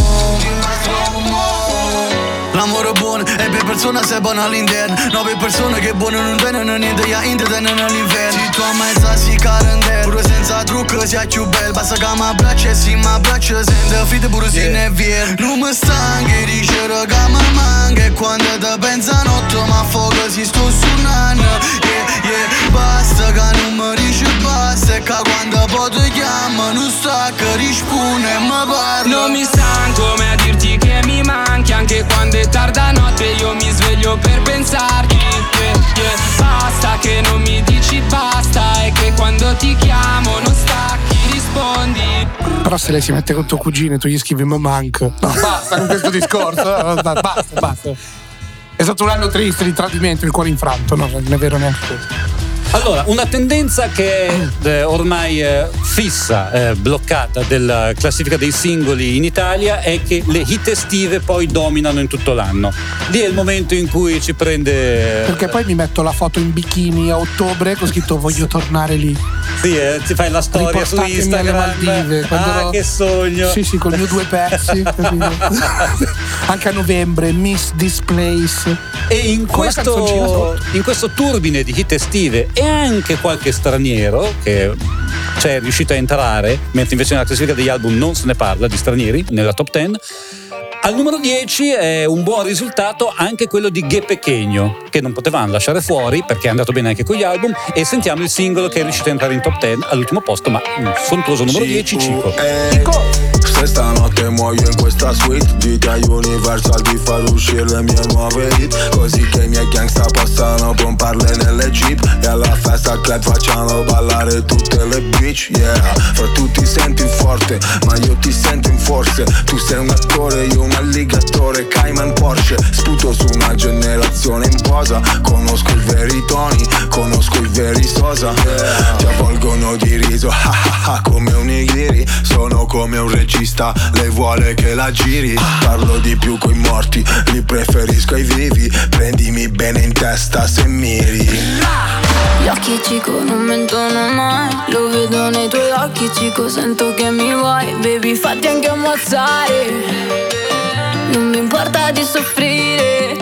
L'amore è buono e per persona sei buono all'interno. No, per persone che buono non vengono niente, ya intrattengono all'inferno. Si tu a me sa si carantè, pure senza trucco sia più bello. Basta che mi abbraccia e si mi abbraccia sente fide pure se ne è vero. Non mi stanchi di dire che mi manca, e quando ti pensa notte ma fuoco si sto suonando. Yeah, basta che non mi dici basta, e che quando poi ti chiamo non sta che risponde e mi parla. Non mi stanco mai a dirti che mi manchi, anche quando è tarda notte io mi sveglio per pensarti. Yeah, basta che non mi dici basta, e che quando ti chiamo non stacchi, rispondi. Però se lei si mette con tuo cugino e tu gli scrivi Mamank, no, basta con questo discorso. Basta. È stato un anno triste di tradimento, il cuore infranto, no, non è vero neanche questo. Allora, una tendenza che è ormai fissa, bloccata della classifica dei singoli in Italia è che le hit estive poi dominano in tutto l'anno. Lì è il momento in cui ci prende. Perché poi mi metto la foto in bikini a ottobre con scritto voglio tornare lì. Sì, ti fai la storia su Instagram. Maldive, che sogno. Sì, con i miei 2 pezzi. Anche a novembre, Miss This Place. E in questo turbine di hit estive e anche qualche straniero che c'è riuscito a entrare, mentre invece nella classifica degli album non se ne parla di stranieri nella top 10. Al numero 10 è un buon risultato anche quello di Ghe Pequeno, che non potevano lasciare fuori perché è andato bene anche con gli album, e sentiamo il singolo che è riuscito a entrare in top 10 all'ultimo posto, ma sontuoso numero 10, Cico. Se stanotte muoio in questa suite, dite a Universal di far uscire le mie nuove hit, così che i miei gangsta possano pomparle nelle jeep, e alla festa al club facciano ballare tutte le bitch. Yeah, fra tu ti senti forte, ma io ti sento in forze. Tu sei un attore, io un alligatore, Cayman Porsche. Sputo su una generazione in posa, conosco i veri toni, conosco i veri Sosa. Ti avvolgono di riso, come un nigiri. Sono come un regista, lei vuole che la giri. Parlo di più coi morti, li preferisco ai vivi. Prendimi bene in testa se miri. Gli occhi Cico non mentono mai, lo vedo nei tuoi occhi Cico, sento che mi vuoi. Baby fatti anche ammazzare, non mi importa di soffrire.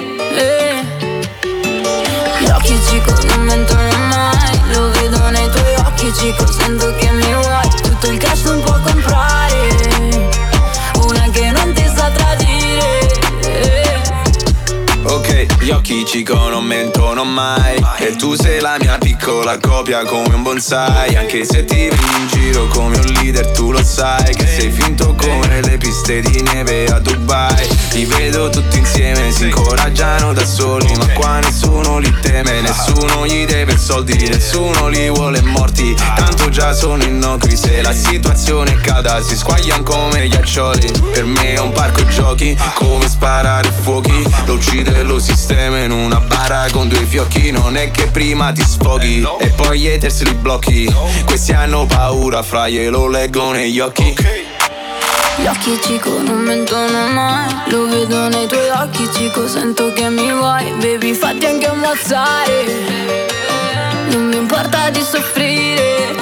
Gli occhi Cico non mentono mai, lo vedo nei tuoi occhi Cico, sento che mi vuoi. Tutto il cash non può comprare una che non ti sa tradire. Ok, gli occhi Cico non mentono smetteranno mai. E tu sei la mia piccola copia come un bonsai. Anche se ti vedi in giro come un leader, tu lo sai che sei finto come le piste di neve a Dubai. Li vedo tutti insieme, si incoraggiano da soli, ma qua nessuno li teme, nessuno gli deve soldi, nessuno li vuole morti, tanto già sono innocui. Se la situazione cada si squagliano come ghiaccioli. Per me è un parco giochi, come sparare fuochi. Lo uccide lo sistema in una bara con due fiocchi. Non è che prima ti sfoghi e poi gli haters li blocchi. Questi hanno paura, fra glielo leggo negli occhi. Gli occhi Cico non mentono mai, lo vedo nei tuoi occhi Cico, sento che mi vuoi, baby fatti anche ammazzare, non mi importa di soffrire,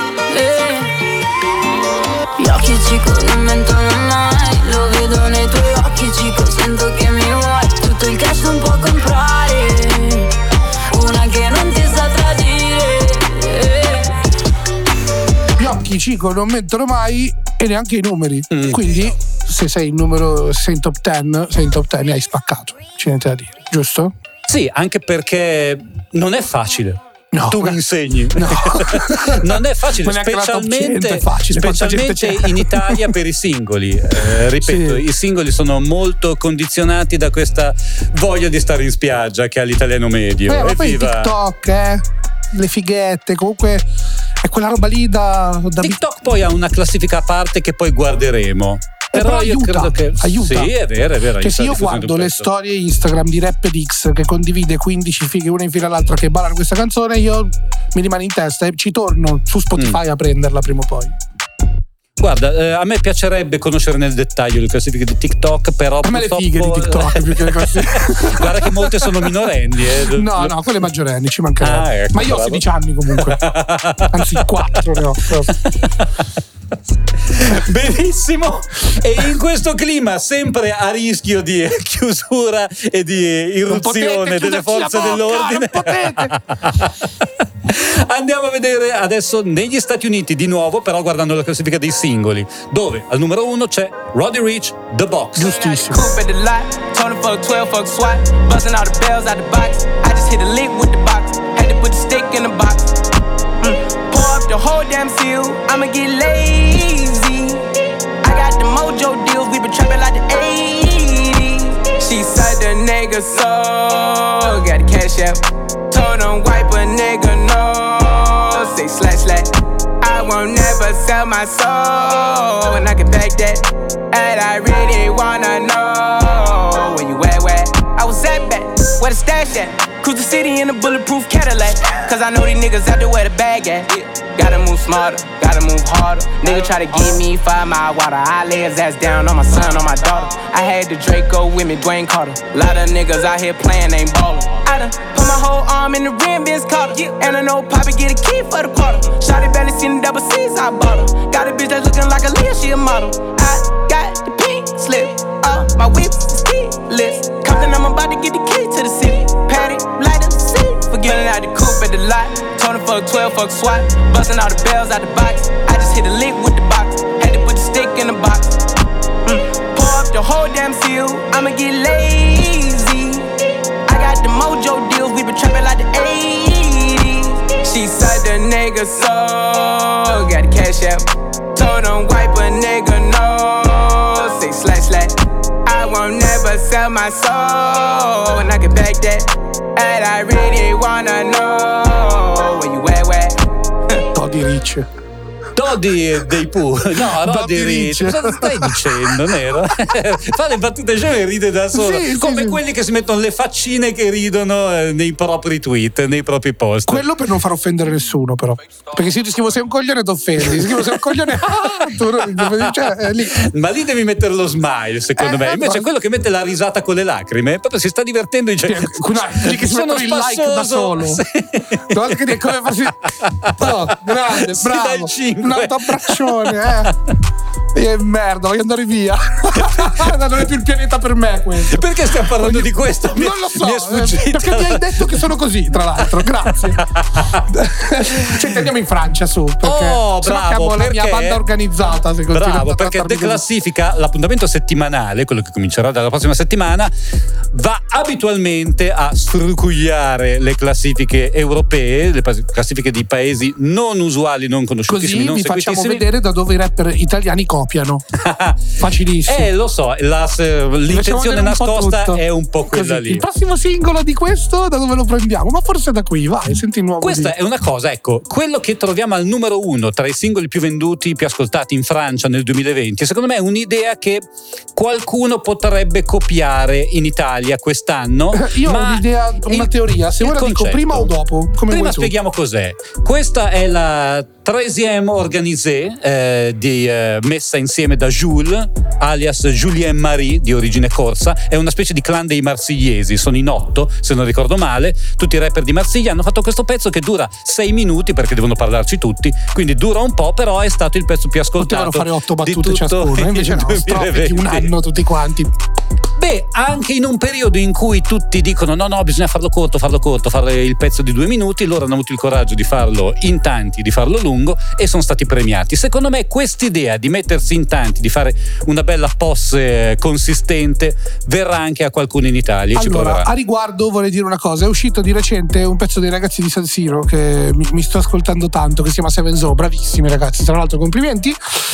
Gli occhi Cico non mentono mai, lo vedo nei tuoi occhi Cico, sento che mi vuoi, tutto il cash non può comprare una che non ti sa tradire. Gli occhi Cico non mentono mai e neanche i numeri. Quindi se sei in numero, sei in top 10 hai spaccato, c'è niente da dire, giusto? Sì, anche perché non è facile. No, tu mi insegni. No. Non è facile, specialmente in Italia per i singoli. Ripeto, sì. I singoli sono molto condizionati da questa voglia di stare in spiaggia che ha l'italiano medio. Ma poi TikTok, le fighette, comunque è quella roba lì da TikTok poi ha una classifica a parte che poi guarderemo. Però io credo che aiuta. Sì, è vero. Che se io guardo le storie Instagram di Rapedix che condivide 15 fighe una in fila all'altra che ballano questa canzone, io mi rimane in testa e ci torno su Spotify a prenderla prima o poi. Guarda, a me piacerebbe conoscere nel dettaglio le classifiche di TikTok, però a me le fighe di TikTok più che le classifiche. Guarda che molte sono minorenni. No, quelle maggiorenni, ci mancherebbe. Ecco, ma io ho 16 anni comunque. Anzi 4 ne ho. Benissimo. E in questo clima sempre a rischio di chiusura e di irruzione delle forze dell'ordine, andiamo a vedere adesso negli Stati Uniti di nuovo, però guardando la classifica dei singoli, dove al numero 1 c'è Roddy Ricch, The Box. Giustissimo. The whole damn seal, I'ma get lazy. I got the mojo deals, we been trapping like the 80s. She said the nigga so, got the cash out. Told him wipe a nigga no, say slash. I won't never sell my soul, and I can back that. And I really wanna know where you at, where I was at back, where the stash at. Cruise the city in a bulletproof Cadillac, cause I know these niggas out there where the bag at. Gotta move smarter, gotta move harder. Nigga try to give me 5 mile water, I lay his ass down on my son, on my daughter. I had the Draco with me, Dwayne Carter. Lot of niggas out here playing, ain't ballin'. I done put my whole arm in the rim, Vince Carter. And I know Poppy get a key for the quarter. Shawty barely seen the double C's, I bought her. Got a bitch that's looking like a Leah, she a model. I got the pink slip, my whip is keyless. Compton, I'm about to get the key to the city. Patty, light up the seat. Forgetting out the coupe at the lot. Told him fuck 12, fuck SWAT. Busting all the bells out the box. I just hit a lick with the box. Had to put the stick in the box. Pour up the whole damn seal. I'ma get lazy. I got the mojo deals. We been trapping like the 80s. She said the nigga so, got the cash out. Told him wipe a nigga no, say slash. I won't never sell my soul, and I can back that. And I really wanna know where you at, where? Roddy Ricch. Roddy dei Pooh. No, Roddy Ricch. Cosa stai dicendo, Nero? Fa le battute e ride da solo. Sì, come quelli che si mettono le faccine che ridono nei propri tweet, nei propri post. Quello per non far offendere nessuno, però. Perché se io ti scrivo sei un coglione ti offendi. Se scrivo sei un coglione lì. Ma lì devi mettere lo smile, secondo me. Invece quello che mette la risata con le lacrime proprio si sta divertendo, dice quelli che sono il like da solo. Sì. Come farsi grande, bravo. Dal 5. Un autoabbraccione, E merda, voglio andare via. Non è più il pianeta per me questo. Perché stiamo parlando di questo? Non lo so, perché mi hai detto che sono così, tra l'altro. Grazie. Cioè, andiamo in Francia su. Perché bravo, chiamo la mia banda organizzata. Se bravo, perché Declassifica, l'appuntamento settimanale, quello che comincerà dalla prossima settimana, va abitualmente a sfrucugliare le classifiche europee, le classifiche di paesi non usuali, non conosciutissimi, così non vi seguitissimi. facciamo vedere da dove i rapper italiani copiano. Facilissimo. Lo so, l'intenzione nascosta è un po' quella così. lì. Il prossimo singolo di questo da dove lo prendiamo? Ma forse da qui, vai, senti il nuovo. Questa è una cosa, ecco, quello che troviamo al numero 1 tra i singoli più venduti, più ascoltati in Francia nel 2020, secondo me è un'idea che qualcuno potrebbe copiare in Italia quest'anno. Io ho un'idea, una teoria, se vuoi la dico prima o dopo? Come prima spieghiamo cos'è. Questa è la 13e Organisée messa insieme da Jules, alias Julien Marie, di origine corsa. È una specie di clan dei marsigliesi, sono in 8 se non ricordo male, tutti i rapper di Marsiglia hanno fatto questo pezzo che dura 6 minuti perché devono parlarci tutti, quindi dura un po', però è stato il pezzo più ascoltato. Potevano fare 8 battute ciascuno, invece no, strofichi un anno tutti quanti. Beh, anche in un periodo in cui tutti dicono no, bisogna farlo corto, fare il pezzo di 2 minuti, loro hanno avuto il coraggio di farlo in tanti, di farlo lungo e sono stati premiati. Secondo me quest'idea di mettersi in tanti, di fare una bella posse consistente, verrà anche a qualcuno in Italia. Allora, a riguardo vorrei dire una cosa, è uscito di recente un pezzo dei ragazzi di San Siro che mi sto ascoltando tanto, che si chiama Seven Zoo, bravissimi ragazzi, tra l'altro complimenti.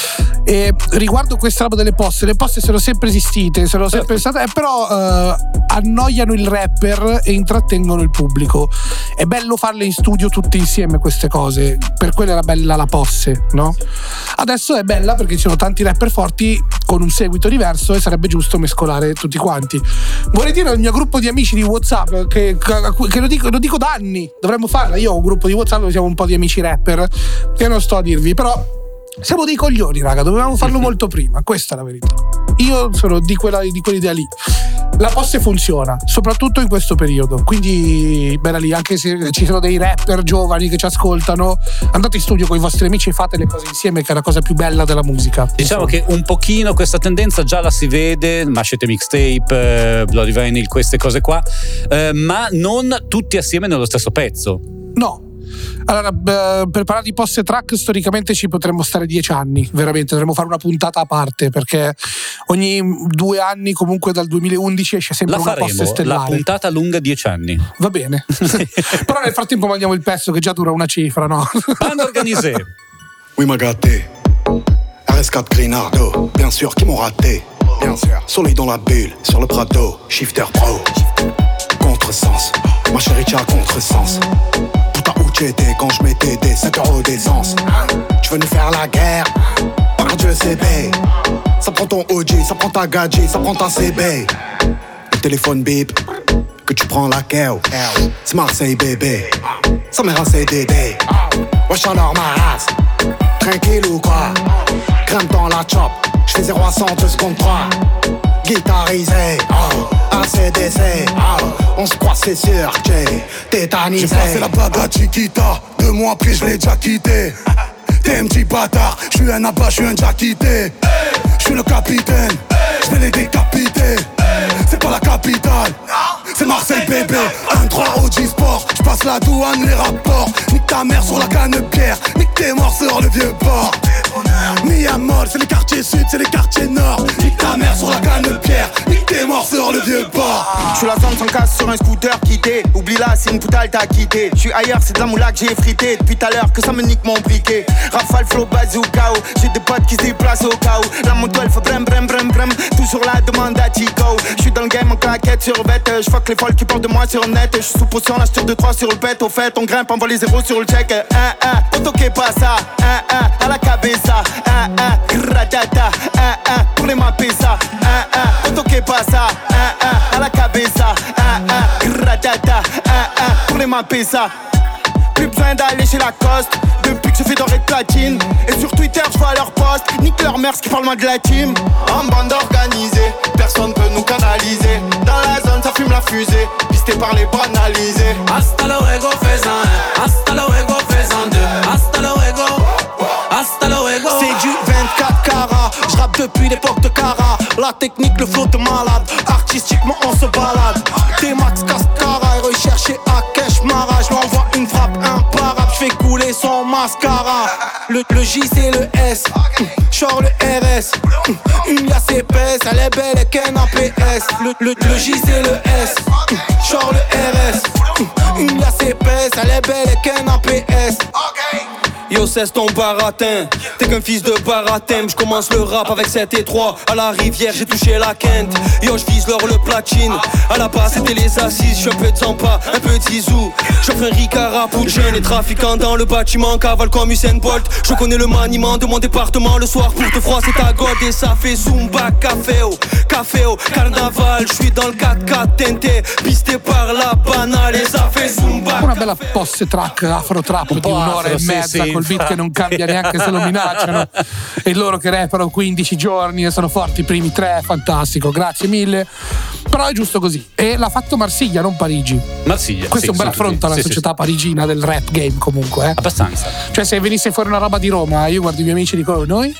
E riguardo questa roba delle posse, le posse sono sempre esistite, sono sempre state, però annoiano il rapper e intrattengono il pubblico. È bello farle in studio tutte insieme queste cose, per quello era bella la posse, no? Adesso è bella perché ci sono tanti rapper forti con un seguito diverso e sarebbe giusto mescolare tutti quanti. Vorrei dire al mio gruppo di amici di WhatsApp che lo dico da anni, dovremmo farla. Io ho un gruppo di WhatsApp dove siamo un po' di amici rapper, che non sto a dirvi, però siamo dei coglioni, raga, dovevamo farlo molto prima, questa è la verità. Io sono di quell'idea lì. La posse funziona, soprattutto in questo periodo, quindi bella lì, anche se ci sono dei rapper giovani che ci ascoltano, andate in studio con i vostri amici e fate le cose insieme, che è la cosa più bella della musica. Diciamo che un pochino questa tendenza già la si vede, Machete Mixtape, Bloody Vinyl, queste cose qua, ma non tutti assieme nello stesso pezzo. No. Allora, per parlare di posse track storicamente ci potremmo stare 10 anni, veramente dovremmo fare una puntata a parte, perché ogni 2 anni, comunque dal 2011 esce sempre una posse stellare. La puntata lunga 10 anni. Va bene. Però nel frattempo mandiamo il pezzo che già dura una cifra, no? Bande Organisée. Oui, m'a gâté. RS4 Grinardo, bien sûr, qui m'ont raté. Bien sûr. Soleil dans la bulle, sur le Prado, shifter pro. Contresens, ma chérie, tu as contresens. Putain, où t'étais quand je mettais des 5 € d'essence? Tu veux nous faire la guerre? Par Dieu, c'est bé. Ça prend ton OG, ça prend ta gadget, ça prend ta CB. Le téléphone bip, que tu prends la keo. C'est Marseille, bébé. Ça mère un CDD. Wesh alors ma race, tranquille ou quoi? Crème dans la chop, j'fais 0 à 100, 2 secondes 3. Guitarisé, ACDC, on se croit c'est sûr que j'ai tétanisé. J'ai passé la blague à Chiquita, 2 mois après je l'ai déjà quitté. T'es un petit bâtard, j'suis un abat, j'suis un déjà quitté. J'suis le capitaine, j'vais les décapiter. C'est pas la capitale, c'est Marseille bébé. 1-3 OG Sport, j'passe la douane, les rapports. Nique ta mère sur la canne pierre, nique tes morts sur le vieux port. Miamol, c'est les quartiers sud, c'est les quartiers nord. Nique ta mère sur la canne pierre, nique tes morts sur le vieux port. J'suis la zone sans casse sur un scooter quitté. Oublie là, c'est une poutale t'as quitté. J'suis ailleurs, c'est de la moula que j'ai frité. Depuis tout à l'heure que ça me nique mon briquet. Rafale, flow, bazooka. J'ai des potes qui se déplacent au cas où. La moto elle fait brem brem brem brem. Tout sur la demande à Chico. J'suis dans le game en claquette sur bête. J'fuck les folles qui parlent de moi sur net. J'suis sous potion, la de 3 sur le pet. Au fait, on grimpe, on voit les zéros sur le check. Auto que passa, à la cabeza. Gratata, pour les mapper ça. Auto que passa, à la cabeza. Gratata, pour les mapper ça. Plus besoin d'aller chez Lacoste. Depuis que je fais doré de platine. Et sur Twitter je vois leurs posts. Nique leur mère, ce qui parle moins de la team. En bande organisée, personne peut nous canaliser. Dans la zone ça fume la fusée. Pisté par les banalisés. Hasta luego faisant un, hasta luego faisant deux. Hasta luego, hasta luego. C'est du 24 carats. Je rappe depuis l'époque de Cara. La technique, le flow de malade. Artistiquement on se balade. T-Max Cascara et recherché à Cash Mara. Je lui envoie une frappe imparable. Je fais couler mascara. Le J c'est le S, genre le RS. Une liasse épaisse, elle est belle et qu'un APS. Le J c'est le S, genre le RS. Une liasse épaisse, elle est belle et qu'un APS. Yo cesse ton baratin, t'es qu'un fils de baratin. Je commence le rap avec 7 et 3. À la rivière j'ai touché la quinte. Yo je vise l'or le platine. À la base c'était les assises. J'suis un peu de Zampa, un peu de Zizou. J'offre un Ricard pour jeunes et trafiquants dans le bâtiment. Cavale comme Usain Bolt. Je connais le maniement de mon département. Le soir pour te froisser ta gold. Et ça fait Zumba, caféo, carnaval. J'suis dans le 4x4 tenté, pisté par la banale. Et ça fait Zumba. Una bella post track, afro trap di un'ora e mezza, sì, col beat che non cambia neanche se lo minacciano, e loro che rappano 15 giorni e sono forti i primi 3, fantastico, grazie mille. Però è giusto così. E l'ha fatto Marsiglia, non Parigi. Marsiglia. Questo è un bel affronto alla società parigina del rap game, comunque. Abbastanza. Cioè, se venisse fuori una roba di Roma, io guardo i miei amici e dico: noi?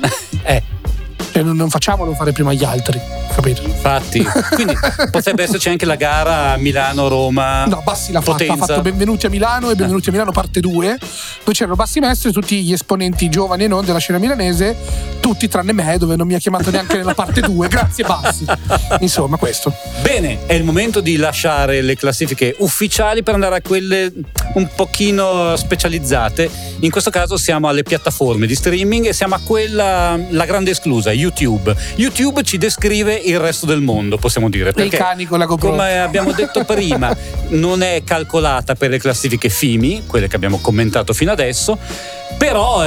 Cioè, non facciamolo fare prima gli altri, capito? Infatti, quindi potrebbe esserci anche la gara Milano-Roma. No, Bassi l'ha fatta, ha fatto Benvenuti a Milano e Benvenuti a Milano parte 2, dove c'erano Bassi Mestre e tutti gli esponenti giovani e non della scena milanese, tutti tranne me, dove non mi ha chiamato neanche nella parte 2. Grazie Bassi. Insomma, questo. Bene, è il momento di lasciare le classifiche ufficiali per andare a quelle un pochino specializzate. In questo caso siamo alle piattaforme di streaming e siamo a quella, la grande esclusa, YouTube. YouTube ci descrive il resto del mondo, possiamo dire, perché i cani con la GoPro, come abbiamo detto prima, non è calcolata per le classifiche FIMI, quelle che abbiamo commentato fino adesso, però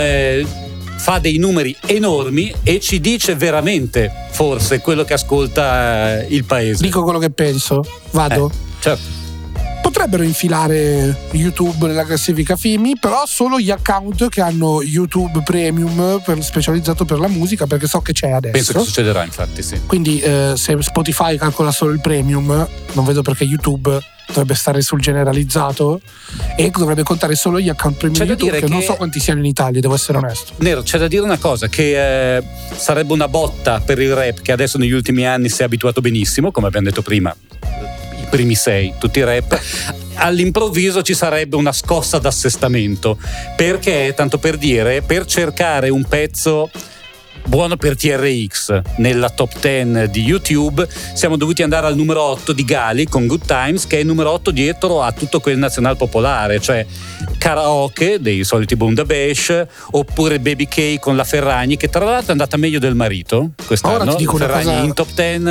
fa dei numeri enormi e ci dice veramente forse quello che ascolta il paese. Dico quello che penso, vado? Certo. Potrebbero infilare YouTube nella classifica FIMI, però solo gli account che hanno YouTube Premium specializzato per la musica, perché so che c'è adesso. Penso che succederà, infatti, sì. Quindi se Spotify calcola solo il Premium, non vedo perché YouTube dovrebbe stare sul generalizzato e dovrebbe contare solo gli account Premium di YouTube, che non so quanti siano in Italia, devo essere onesto. Nero, c'è da dire una cosa, che sarebbe una botta per il rap, che adesso negli ultimi anni si è abituato benissimo, come abbiamo detto prima, primi 6, tutti rap. All'improvviso ci sarebbe una scossa d'assestamento, perché, tanto per dire, per cercare un pezzo buono per TRX nella top 10 di YouTube siamo dovuti andare al numero 8 di Gali con Good Times, che è il numero 8 dietro a tutto quel nazional popolare, cioè Karaoke dei soliti Bundabash, oppure Baby K con la Ferragni, che tra l'altro è andata meglio del marito quest'anno. Ora ti dico Ferragni una cosa, in top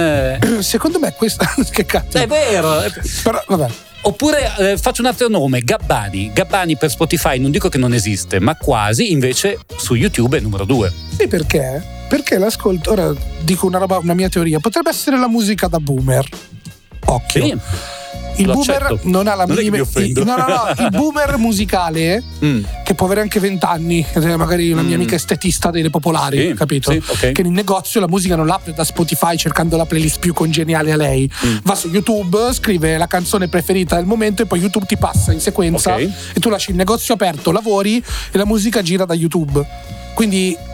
10. Secondo me questa che cazzo è vero, però vabbè. Oppure faccio un altro nome, Gabbani per Spotify non dico che non esiste, ma quasi, invece su YouTube è numero 2. Sì, perché? Perché l'ascolto, ora dico una mia teoria, potrebbe essere la musica da boomer. Occhio. Sì. Il Lo boomer accetto. non ha la Non è che minima. mi offendo. No, il boomer musicale che può avere anche 20 anni, magari una mia amica estetista delle popolari, Sì, capito? sì, ok. Che in negozio la musica non l'apre da Spotify cercando la playlist più congeniale a lei. Va su YouTube, scrive la canzone preferita del momento e poi YouTube ti passa in sequenza, Ok. e tu lasci il negozio aperto, lavori e la musica gira da YouTube. Quindi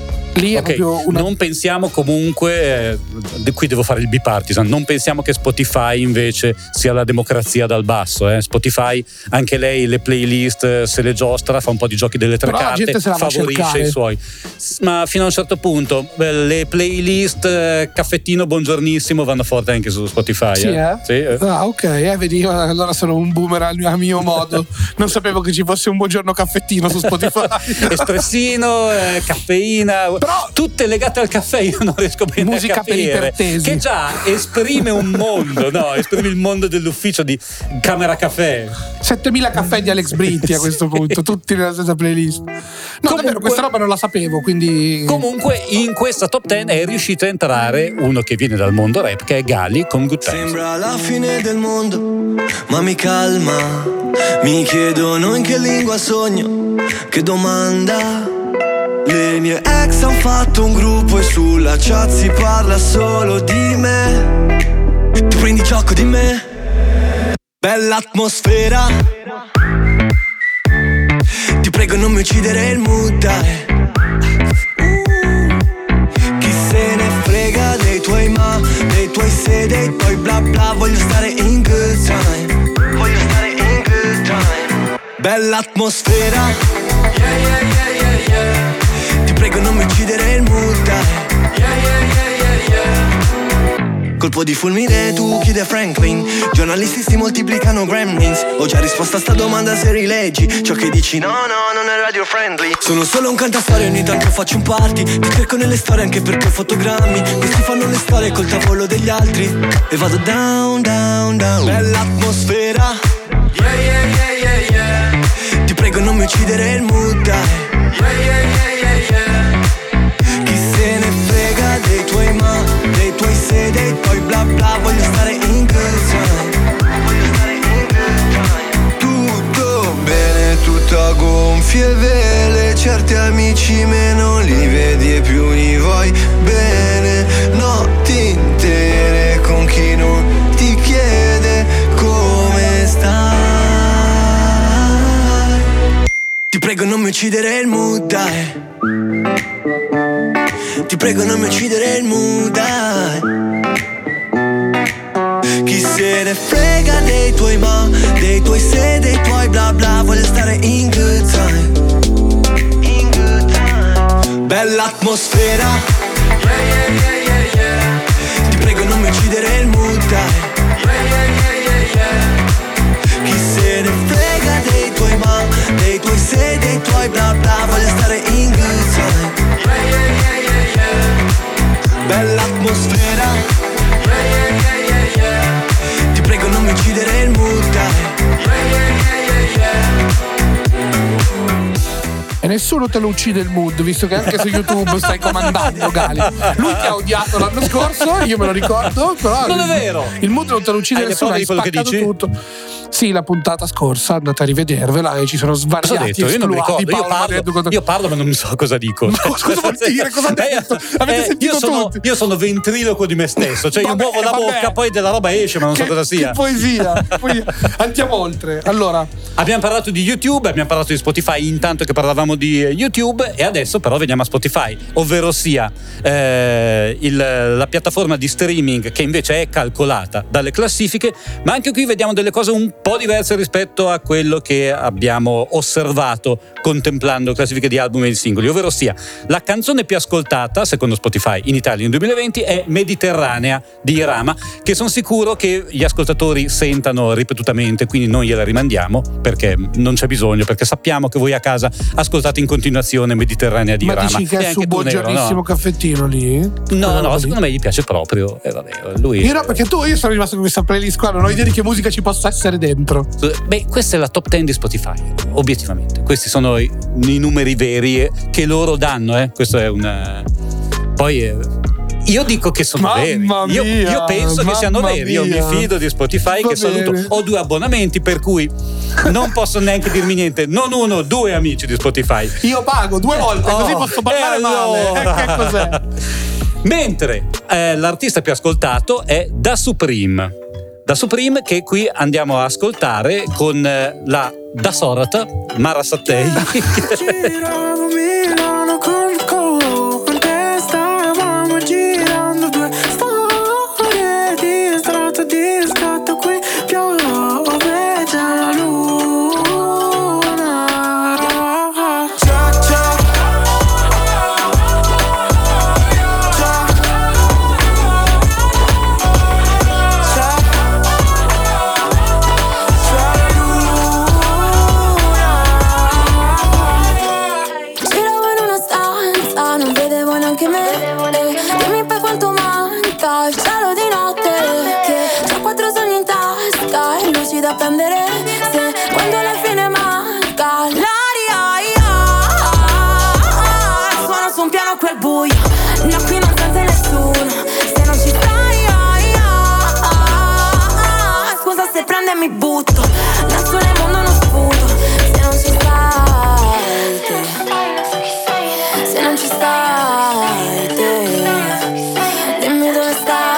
lì è Ok, proprio una. non pensiamo comunque, qui devo fare il bipartisan, non pensiamo che Spotify invece sia la democrazia dal basso. Spotify, anche lei le playlist se le giostra, fa un po' di giochi delle tre Però la carte, gente se la va a favorisce cercare. i suoi. Ma fino a un certo punto le playlist caffettino buongiornissimo vanno forte anche su Spotify. Sì, Sì, Ah, ok, vedi, allora sono un boomer a mio modo. Non sapevo che ci fosse un buongiorno caffettino su Spotify. Espressino, caffeina, però tutte legate al caffè. Io non riesco bene Musica a per capire, ipertesi. che già esprime un mondo, no? Esprime il mondo dell'ufficio di Camera Caffè. 7000 caffè di Alex Britti a questo punto, tutti nella stessa playlist. No, davvero, questa roba non la sapevo, quindi. Comunque in questa top 10 è riuscito a entrare uno che viene dal mondo rap, che è Gali con Good Times. Sembra la fine del mondo, ma mi calma. Mi chiedono in che lingua sogno, che domanda. Le mie ex han fatto un gruppo e sulla chat si parla solo di me. Tu prendi gioco di me, bella atmosfera. Ti prego non mi uccidere il mood, dai. Chi se ne frega dei tuoi ma, dei tuoi se, dei tuoi bla bla. Voglio stare in good time, voglio stare in good time. Bella atmosfera. Ti prego non mi uccidere il mood, dai. Colpo di fulmine, tu chiudi a Franklin. Giornalisti si moltiplicano gremlins. Ho già risposto a sta domanda se rileggi ciò che dici, no, non è radio friendly. Sono solo un cantastorie, ogni tanto faccio un party. Ti cerco nelle storie anche perché ho fotogrammi. Questi fanno le storie col tavolo degli altri. E vado down, down, down. Bella atmosfera. Ti prego non mi uccidere il mood, dai. Chi se ne frega dei tuoi ma, dei tuoi se, dei tuoi bla bla. Voglio stare in good time. Tutto bene, tutto a gonfie vele. Certi amici meno li vedi e più li vuoi bene. Notti intere con chi non ti chiede come stai. Ti prego non mi uccidere il mood, dai. Ti prego non mi uccidere il mood, dai. Chi se ne frega dei tuoi ma, dei tuoi se, dei tuoi bla bla. Voglio stare in good time. In good time. Bella atmosfera. Ti prego non mi uccidere il mood, dai. Chi se ne frega dei tuoi ma, dei tuoi se, dei tuoi bla bla. Voglio stare in good time. Bella atmosfera. Ti prego non mi uccidere il mood, dai. E nessuno te lo uccide il mood, visto che anche su YouTube stai comandando, Gali. Lui ti ha odiato l'anno scorso, io me lo ricordo, però non è vero. Il mood non te lo uccide nessuno, hai spaccato tutto. Sì, la puntata scorsa andate a rivedervela e ci sono svariati io non mi esploiti. ricordo, io parlo ma non so cosa dico. Cosa vuol dire? Cosa ha detto? Avete sentito tutti? Io sono ventriloquo di me stesso, cioè io muovo la bocca, poi della roba esce ma non so cosa sia. Che poesia. Andiamo oltre. Allora, abbiamo parlato di YouTube, abbiamo parlato di Spotify intanto che parlavamo di YouTube, e adesso però veniamo a Spotify, ovvero sia la piattaforma di streaming che invece è calcolata dalle classifiche, ma anche qui vediamo delle cose un po' diverse rispetto a quello che abbiamo osservato contemplando classifiche di album e di singoli, ovvero sia la canzone più ascoltata secondo Spotify in Italia nel 2020 è Mediterranea di Irama, che sono sicuro che gli ascoltatori sentano ripetutamente, quindi non gliela rimandiamo perché non c'è bisogno, perché sappiamo che voi a casa ascoltate in continuazione Mediterranea di Irama. Ma dici che è su Buongiornissimo Caffettino lì? No, secondo me gli piace proprio. Lui io no, perché io sono rimasto con questa playlist qua, non ho idea di che musica ci possa essere dentro. Beh, questa è la top 10 di Spotify, obiettivamente. Questi sono i numeri veri che loro danno, Questo è un poi io dico che sono veri. Io penso che siano veri. Io mi fido di Spotify. Che saluto. Ho 2 abbonamenti, per cui non posso neanche dirmi niente. Non 1, 2 amici di Spotify. Io pago 2 volte, così posso parlare male. Che cos'è? Mentre l'artista più ascoltato è Da Supreme. Da Supreme, che qui andiamo a ascoltare con la Da Sorata Mara Sattei. Giravo Milano con te stavamo girando 2 storie di strato di riscatto, qui piove già la luna. Ciao ciao. Da prendere se quando alla fine manca l'aria, suona su un piano quel buio, no qui non sente nessuno, se non ci stai, scusa se prende e mi butto, nessuno nel mondo non sputo, se non ci stai te, se non ci stai te, dimmi dove stai.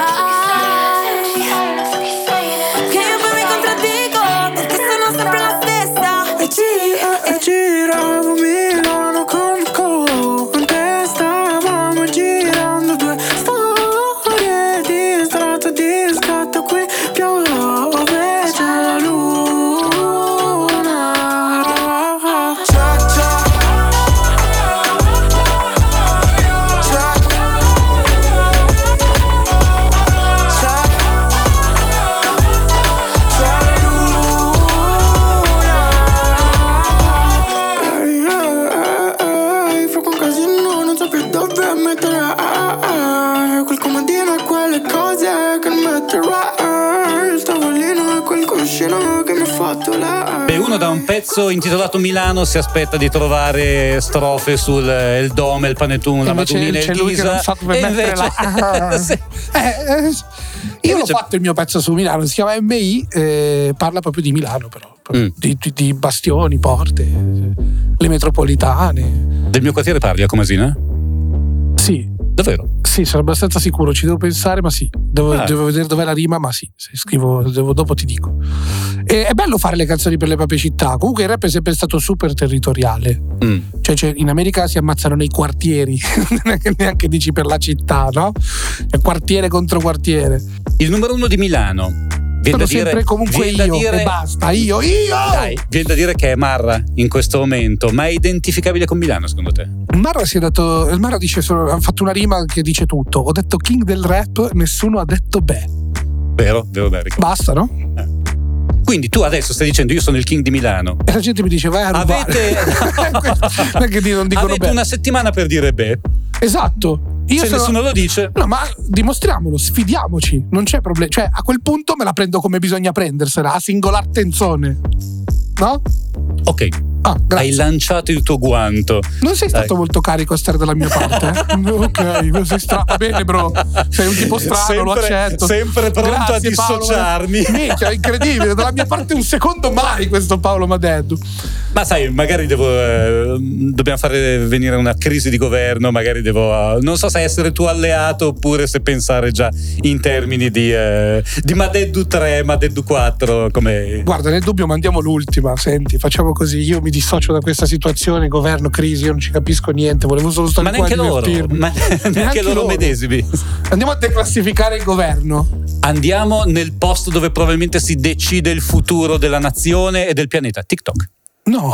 Giravo Milano con te stavamo girando 2 storie di strato di riscatto, qui piove già la luna. fatto lei. Beh, uno da un pezzo intitolato Milano si aspetta di trovare strofe sul il Dome, il Panettone, la Madonnina e c'è lui che non sa dove mettere io l'ho fatto il mio pezzo su Milano, si chiama MI, parla proprio di Milano, però di bastioni, porte, le metropolitane. Del mio quartiere parli a Comasina? Sì. Davvero? Sì, sono abbastanza sicuro, ci devo pensare, ma sì. Devo vedere dov'è la rima, ma sì, se scrivo dopo ti dico. È bello fare le canzoni per le proprie città. Comunque il rap è sempre stato super territoriale. Cioè in America si ammazzano nei quartieri, neanche dici per la città, no? È quartiere contro quartiere. Il numero 1 di Milano. Sono sempre comunque io e basta, io! Dai, viene da dire che è Marra in questo momento, ma è identificabile con Milano secondo te? Marra dice ha fatto una rima che dice tutto. Ho detto king del rap, nessuno ha detto beh. Vero, basta, no? Quindi tu adesso stai dicendo io sono il king di Milano e la gente mi dice vai a rubare. Non è che non dicono avete beh. Una settimana per dire beh. Esatto. Nessuno lo dice. No, ma dimostriamolo, sfidiamoci, non c'è problema. Cioè, a quel punto me la prendo come bisogna prendersela, a singolar tenzone. No? Ok. Hai lanciato il tuo guanto. Non sei stato molto carico a stare dalla mia parte, Ok, sei va bene, bro. Sei un tipo strano, lo accetto. Sempre pronto. Grazie, a dissociarmi. Minchia, incredibile. Dalla mia parte un secondo mai questo Paolo Madeddu. Ma sai, magari dobbiamo fare venire una crisi di governo, magari non so se essere tuo alleato oppure se pensare già in termini di Madeddu 3, Madeddu 4, come... Guarda, nel dubbio mandiamo l'ultima, senti, facciamo così, io mi dissocio da questa situazione, governo, crisi, io non ci capisco niente, volevo solo stare qua a divertirmi. Ma neanche loro medesimi. Andiamo a declassificare il governo. Andiamo nel posto dove probabilmente si decide il futuro della nazione e del pianeta, TikTok. No.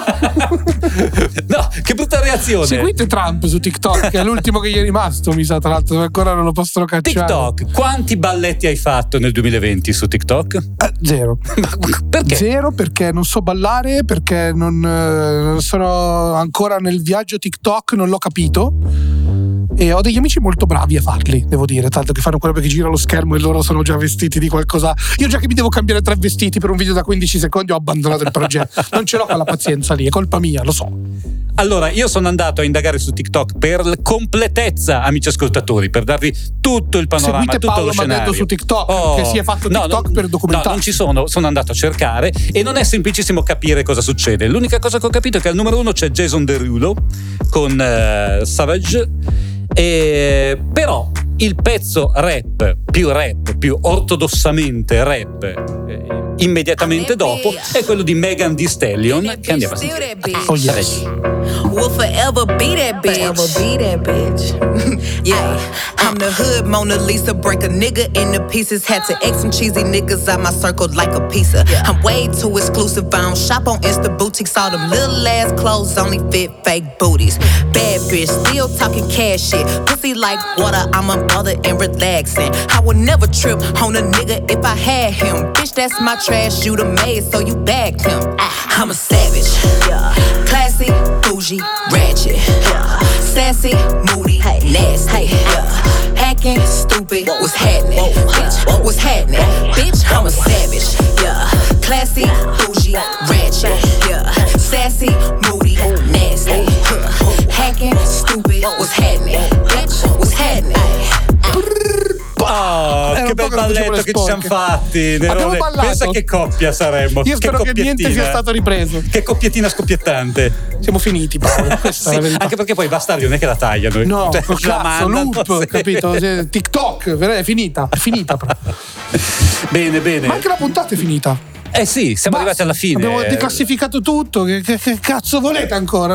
No, che brutta reazione. Seguite Trump su TikTok, che è l'ultimo che gli è rimasto, mi sa, tra l'altro, ancora non lo possono cacciare. TikTok, quanti balletti hai fatto nel 2020 su TikTok? 0. Perché? 0 perché non so ballare, perché non sono ancora nel viaggio TikTok, non l'ho capito. E ho degli amici molto bravi a farli, devo dire, tanto che fanno quello che gira lo schermo e loro sono già vestiti di qualcosa. Io già che mi devo cambiare 3 vestiti per un video da 15 secondi ho abbandonato il progetto. Non ce l'ho quella pazienza lì, è colpa mia, lo so. Allora, io sono andato a indagare su TikTok per completezza, amici ascoltatori, per darvi tutto il panorama, seguite tutto Paolo lo scenario. Madeddu su TikTok, che si è fatto TikTok per documentarsi. No, non ci sono andato a cercare e non è semplicissimo capire cosa succede. L'unica cosa che ho capito è che al numero 1 c'è Jason Derulo con Savage. Però il pezzo rap, più ortodossamente rap, immediatamente dopo è quello di Megan Thee Stallion, che andiamo a sentire. Oh yes. Will forever be that bitch. Forever be that bitch. Yeah, I'm the hood Mona Lisa. Break a nigga into pieces. Had to X some cheesy niggas out my circle like a pizza. I'm way too exclusive. I don't shop on Insta boutiques. All them little ass clothes only fit fake booties. Bad bitch, still talking cash shit. Pussy like water, I'm unbothered and relaxing. I would never trip on a nigga if I had him. Bitch, that's my trash. You the maid, so you bagged him. I'm a savage. Classy, bougie, ratchet, sassy, moody, nasty, hacking, stupid, what's happening, bitch, what's happening, bitch, I'm a savage, classy, bougie, ratchet, sassy, moody, nasty, hacking, stupid, what's happening, bitch, what's happening. Oh, che bel balletto che ci siamo fatti, Nerone. Pensa che coppia saremmo. Io spero che niente sia stato ripreso. Che coppiettina scoppiettante. Siamo finiti, Paolo. Questa è la verità. Anche perché poi i bastardi non è che la tagliano. No, cioè, cazzo, loop, capito? TikTok, è finita proprio. Bene. Ma anche la puntata è finita. Eh sì, siamo arrivati alla fine. Abbiamo declassificato tutto. Che cazzo volete ancora?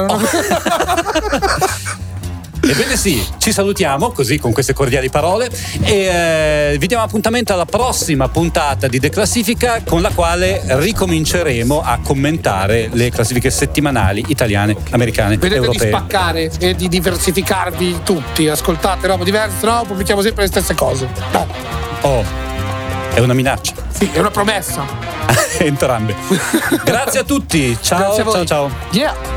Ebbene sì, ci salutiamo così con queste cordiali parole e vi diamo appuntamento alla prossima puntata di Declassifica, con la quale ricominceremo a commentare le classifiche settimanali italiane, americane, vedete europee. Di spaccare e di diversificarvi tutti, ascoltate roba diversa, no? Pubblichiamo sempre le stesse cose. Oh, è una minaccia. Sì, è una promessa. Entrambe. Grazie a tutti, ciao. Grazie a voi. Ciao. Yeah.